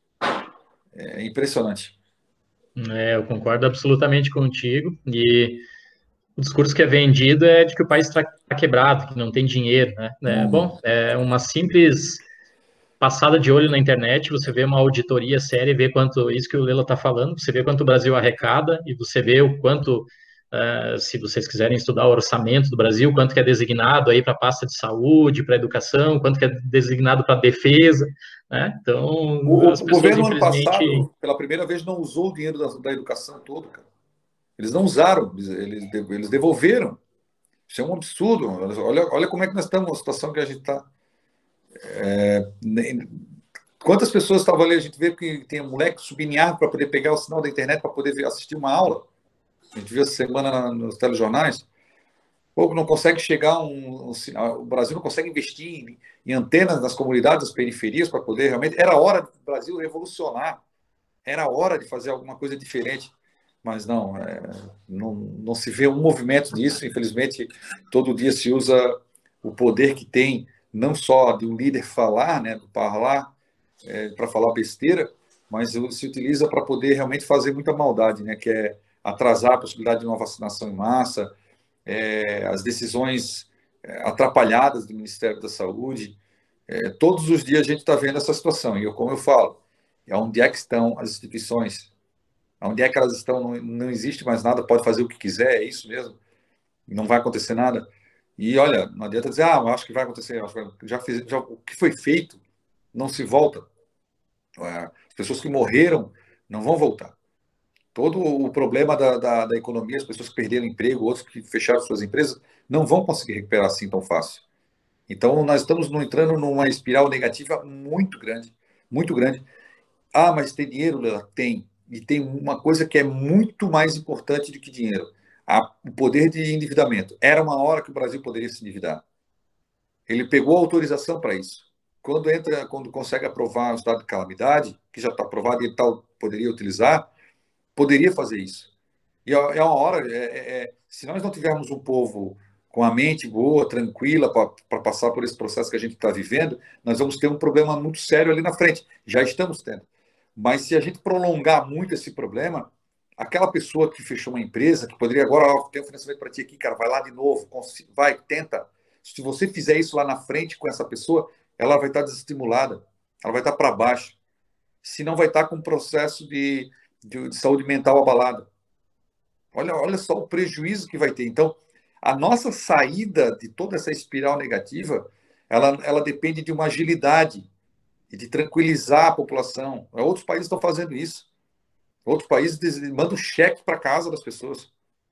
É impressionante. Eu concordo absolutamente contigo. E o discurso que é vendido é de que o país está quebrado, que não tem dinheiro, né? Bom, é uma simples passada de olho na internet, você vê uma auditoria séria e vê quanto, isso que o Lela está falando, você vê quanto o Brasil arrecada e você vê o quanto, se vocês quiserem estudar o orçamento do Brasil, quanto que é designado aí para a pasta de saúde, para educação, quanto que é designado para defesa, né? Então, O as pessoas, governo, ano infelizmente, passado, pela primeira vez, não usou o dinheiro da educação todo, cara. Eles não usaram, eles devolveram. Isso é um absurdo. Olha como é que nós estamos, a situação que a gente está. Quantas pessoas estavam ali? A gente vê que tem um moleque subindo em árvore para poder pegar o sinal da internet para poder assistir uma aula. A gente viu essa semana nos telejornais. Pô, não consegue chegar o Brasil não consegue investir em antenas nas comunidades, nas periferias, para poder realmente. Era hora do Brasil revolucionar. Era hora de fazer alguma coisa diferente. Mas não se vê um movimento disso. Infelizmente, todo dia se usa o poder que tem, não só de um líder falar, né, do falar, para falar besteira, mas se utiliza para poder realmente fazer muita maldade, né, que é atrasar a possibilidade de uma vacinação em massa, as decisões atrapalhadas do Ministério da Saúde. Todos os dias a gente está vendo essa situação. E como eu falo, onde é que estão as instituições? Onde é que elas estão? Não existe mais nada, pode fazer o que quiser, é isso mesmo, não vai acontecer nada. E olha, não adianta dizer, eu acho que vai acontecer, o que foi feito não se volta. As pessoas que morreram não vão voltar. Todo o problema da economia, as pessoas que perderam emprego, outros que fecharam suas empresas, não vão conseguir recuperar assim tão fácil. Então, nós estamos entrando numa espiral negativa muito grande, muito grande. Mas tem dinheiro, Lela? Tem. E tem uma coisa que é muito mais importante do que dinheiro: o poder de endividamento. Era uma hora que o Brasil poderia se endividar. Ele pegou a autorização para isso. Quando consegue aprovar o estado de calamidade, que já está aprovado e ele poderia utilizar, poderia fazer isso. E é uma hora, se nós não tivermos um povo com a mente boa, tranquila, para passar por esse processo que a gente está vivendo, nós vamos ter um problema muito sério ali na frente. Já estamos tendo. Mas se a gente prolongar muito esse problema, aquela pessoa que fechou uma empresa, que poderia agora ter um financiamento para ti aqui, cara, vai lá de novo, vai, tenta. Se você fizer isso lá na frente com essa pessoa, ela vai estar desestimulada, ela vai estar para baixo. Se não vai estar com um processo de saúde mental abalado. Olha só o prejuízo que vai ter. Então, A nossa saída de toda essa espiral negativa, ela depende de uma agilidade e de tranquilizar a população. Outros países estão fazendo isso. Outros países mandam cheque para casa das pessoas.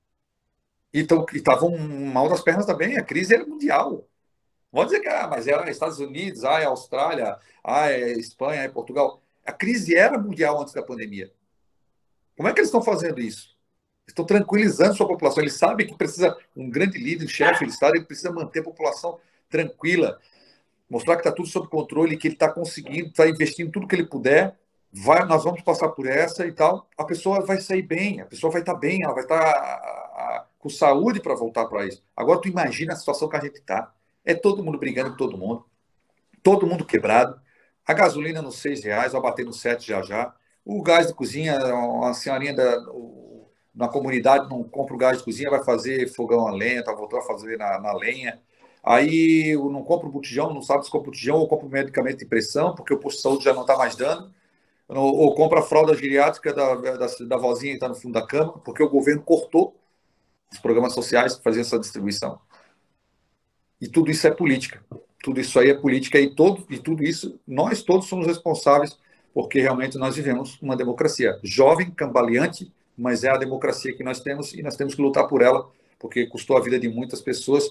E estavam mal das pernas também. A crise é mundial. Vão dizer que mas é Estados Unidos, é Austrália, é Espanha, é Portugal. A crise era mundial antes da pandemia. Como é que eles estão fazendo isso? Estão tranquilizando sua população. Eles sabem que precisa um grande líder, chefe de Estado, ele precisa manter a população tranquila, mostrar que está tudo sob controle, que ele está conseguindo, está investindo tudo que ele puder. Nós vamos passar por essa e tal. A pessoa vai sair bem, a pessoa vai estar bem, ela vai estar com saúde para voltar para isso. Agora, tu imagina a situação que a gente está. É todo mundo brigando com todo mundo quebrado, a gasolina nos R$6, vai bater nos 7 já já. O gás de cozinha, a senhorinha na comunidade não compra o gás de cozinha, vai fazer fogão a lenha, tá voltando a fazer na lenha. Aí não compra o botijão, não sabe se compra o botijão ou compra o medicamento de pressão, porque o posto de saúde já não está mais dando. Ou compra a fralda geriátrica da vozinha que está no fundo da cama, porque o governo cortou os programas sociais que faziam essa distribuição. E tudo isso é política. Tudo isso aí é política e tudo isso, nós todos somos responsáveis, porque realmente nós vivemos uma democracia jovem, cambaleante, mas é a democracia que nós temos e nós temos que lutar por ela, porque custou a vida de muitas pessoas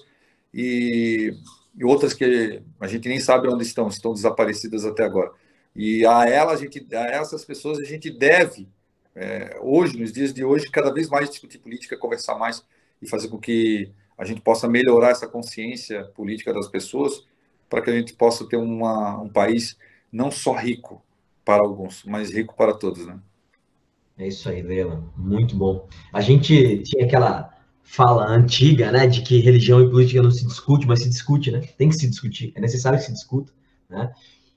e outras que a gente nem sabe onde estão desaparecidas até agora. E a essas pessoas a gente deve, hoje, nos dias de hoje, cada vez mais discutir política, conversar mais e fazer com que a gente possa melhorar essa consciência política das pessoas para que a gente possa ter um país não só rico para alguns, mas rico para todos, né? É isso aí, Leila. Muito bom. A gente tinha aquela fala antiga, né, de que religião e política não se discute, mas se discute, né? Tem que se discutir. É necessário que se discuta, né?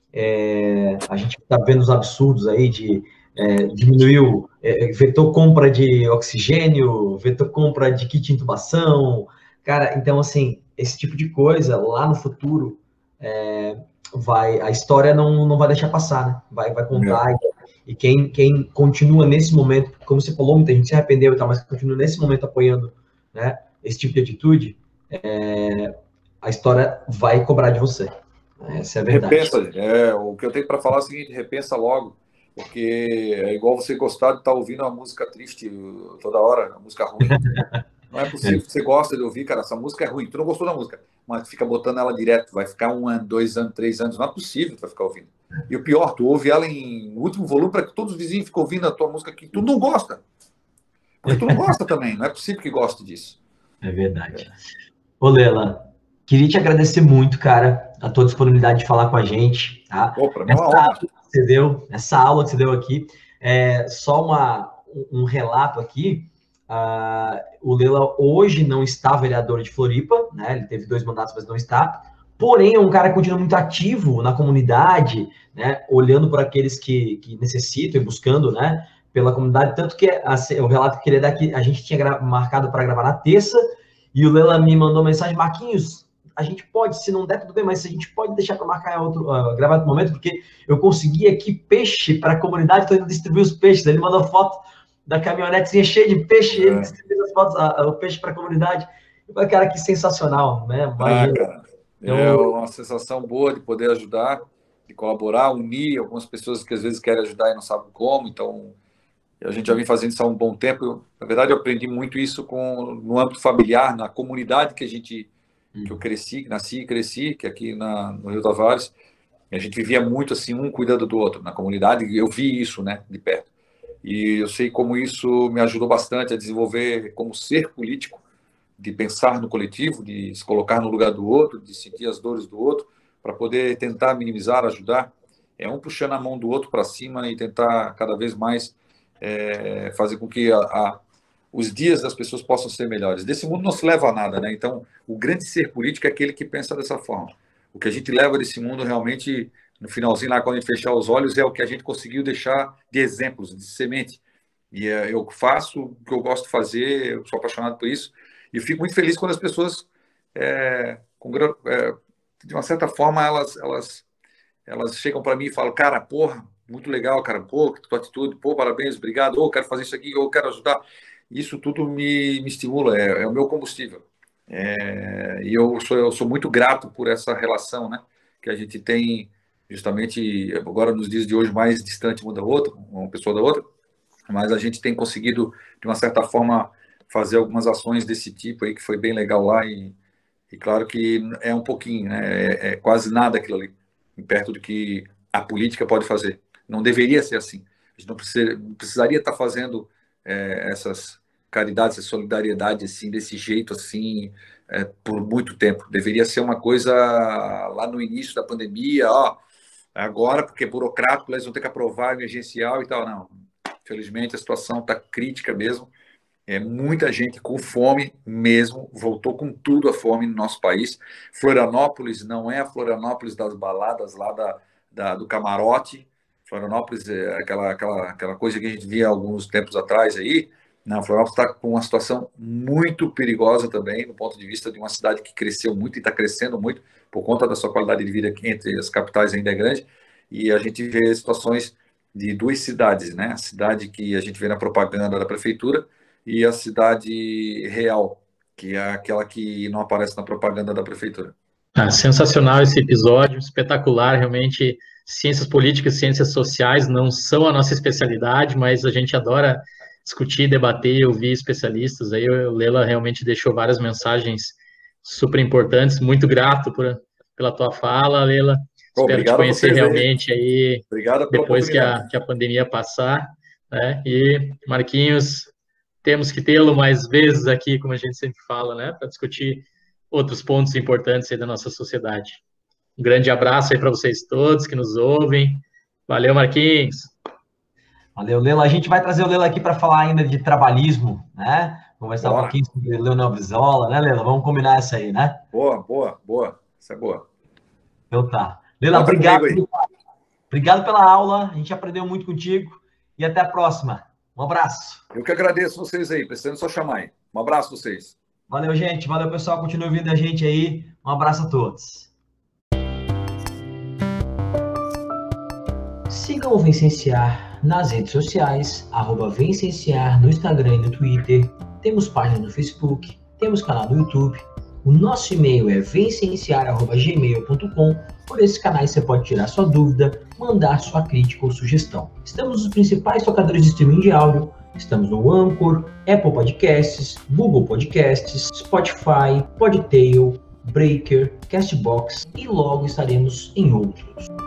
A gente está vendo os absurdos aí de diminuiu, vetou compra de oxigênio, vetou compra de kit de intubação. Cara, então, assim, esse tipo de coisa, lá no futuro, a história não vai deixar passar, né? Vai contar. E quem continua nesse momento, como você falou, muita gente se arrependeu e tal, mas continua nesse momento apoiando, né, esse tipo de atitude, a história vai cobrar de você. Essa é a verdade. Repensa, o que eu tenho para falar é o seguinte, repensa logo, porque é igual você gostar de estar ouvindo uma música triste toda hora, uma música ruim. Não é possível que você gosta de ouvir, cara, essa música é ruim, tu não gostou da música, mas fica botando ela direto, vai ficar 1 ano, 2 anos, 3 anos, não é possível tu vai ficar ouvindo. E o pior, tu ouve ela em último volume para que todos os vizinhos fiquem ouvindo a tua música que tu não gosta. Porque tu não gosta também, não é possível que goste disso. É verdade. Ô, Lela, queria te agradecer muito, cara, a tua disponibilidade de falar com a gente, tá? Essa aula que você deu aqui, só um relato aqui, o Lela hoje não está vereador de Floripa, né? Ele teve 2 mandatos, mas não está. Porém, é um cara que continua muito ativo na comunidade, né? Olhando por aqueles que necessitam e buscando, né? Pela comunidade. Tanto que o relato que ele dá aqui, a gente tinha marcado para gravar na terça, e o Lela me mandou mensagem: Marquinhos, a gente pode, se não der, tudo bem, mas a gente pode deixar para marcar gravar outro momento, porque eu consegui aqui peixe para a comunidade, estou indo distribuir os peixes. Ele mandou foto da caminhonetezinha cheia de peixe, ele distribuiu as fotos, o peixe para a comunidade. Cara, que sensacional, né? Imagina. Cara, é uma sensação boa de poder ajudar, de colaborar, unir algumas pessoas que às vezes querem ajudar e não sabem como. Então, a gente já vem fazendo isso há um bom tempo. Na verdade, eu aprendi muito isso no âmbito familiar, na comunidade que eu nasci e cresci, que é aqui no Rio Tavares. A gente vivia muito assim, um cuidando do outro na comunidade, e eu vi isso, né, de perto. E eu sei como isso me ajudou bastante a desenvolver como ser político, de pensar no coletivo, de se colocar no lugar do outro, de sentir as dores do outro, para poder tentar minimizar, ajudar. É um puxando a mão do outro para cima e tentar cada vez mais fazer com que os dias das pessoas possam ser melhores. Desse mundo não se leva a nada, né? Então, o grande ser político é aquele que pensa dessa forma. O que a gente leva desse mundo realmente, no finalzinho lá, quando a gente fechar os olhos, é o que a gente conseguiu deixar de exemplos, de semente. E eu faço o que eu gosto de fazer, eu sou apaixonado por isso, e eu fico muito feliz quando as pessoas, de uma certa forma, elas chegam para mim e falam: cara, porra, muito legal, cara, pô, tua atitude, pô, parabéns, obrigado, quero fazer isso aqui, quero ajudar. Isso tudo me estimula, é o meu combustível. E eu sou muito grato por essa relação, né, que a gente tem, justamente agora nos dias de hoje, mais distante uma da outra, uma pessoa da outra, mas a gente tem conseguido, de uma certa forma, fazer algumas ações desse tipo aí, que foi bem legal lá, e claro que é um pouquinho, né, é quase nada aquilo ali, perto do que a política pode fazer. Não deveria ser assim. A gente não precisaria estar fazendo essas caridades, essa solidariedade assim, desse jeito assim, por muito tempo. Deveria ser uma coisa lá no início da pandemia, agora, porque é burocrático, eles vão ter que aprovar emergencial e tal. Não, infelizmente a situação está crítica mesmo. Muita gente com fome mesmo, voltou com tudo a fome no nosso país. Florianópolis não é a Florianópolis das baladas lá do camarote. Florianópolis é aquela coisa que a gente via alguns tempos atrás aí. Não, Florianópolis está com uma situação muito perigosa também, do ponto de vista de uma cidade que cresceu muito e está crescendo muito por conta da sua qualidade de vida, que entre as capitais ainda é grande. E a gente vê situações de duas cidades, né? A cidade que a gente vê na propaganda da prefeitura e a cidade real, que é aquela que não aparece na propaganda da prefeitura. Sensacional esse episódio, espetacular, realmente. Ciências políticas, ciências sociais não são a nossa especialidade, mas a gente adora discutir, debater, ouvir especialistas. Aí o Lela realmente deixou várias mensagens super importantes. Muito grato pela tua fala, Lela. Espero te conhecer realmente aí depois que a pandemia passar, né? E Marquinhos, temos que tê-lo mais vezes aqui, como a gente sempre fala, né? Para discutir outros pontos importantes aí da nossa sociedade. Um grande abraço aí para vocês todos que nos ouvem. Valeu, Marquinhos. Valeu, Lela. A gente vai trazer o Lela aqui para falar ainda de trabalhismo, né? Conversar um pouquinho sobre Leonel Brizola, né, Lela? Vamos combinar essa aí, né? Boa. Isso é boa. Então tá. Lela, obrigado pela aula. A gente aprendeu muito contigo. E até a próxima. Um abraço. Eu que agradeço vocês aí. Precisando só chamar aí. Um abraço a vocês. Valeu, gente. Valeu, pessoal. Continue ouvindo a gente aí. Um abraço a todos. Sigam o Vencenciar nas redes sociais, @Vencenciar no Instagram e no Twitter. Temos página no Facebook, temos canal no YouTube. O nosso e-mail é vencenciar@gmail.com. Por esses canais você pode tirar sua dúvida, mandar sua crítica ou sugestão. Estamos nos principais tocadores de streaming de áudio. Estamos no Anchor, Apple Podcasts, Google Podcasts, Spotify, Podtail, Breaker, Castbox e logo estaremos em outros.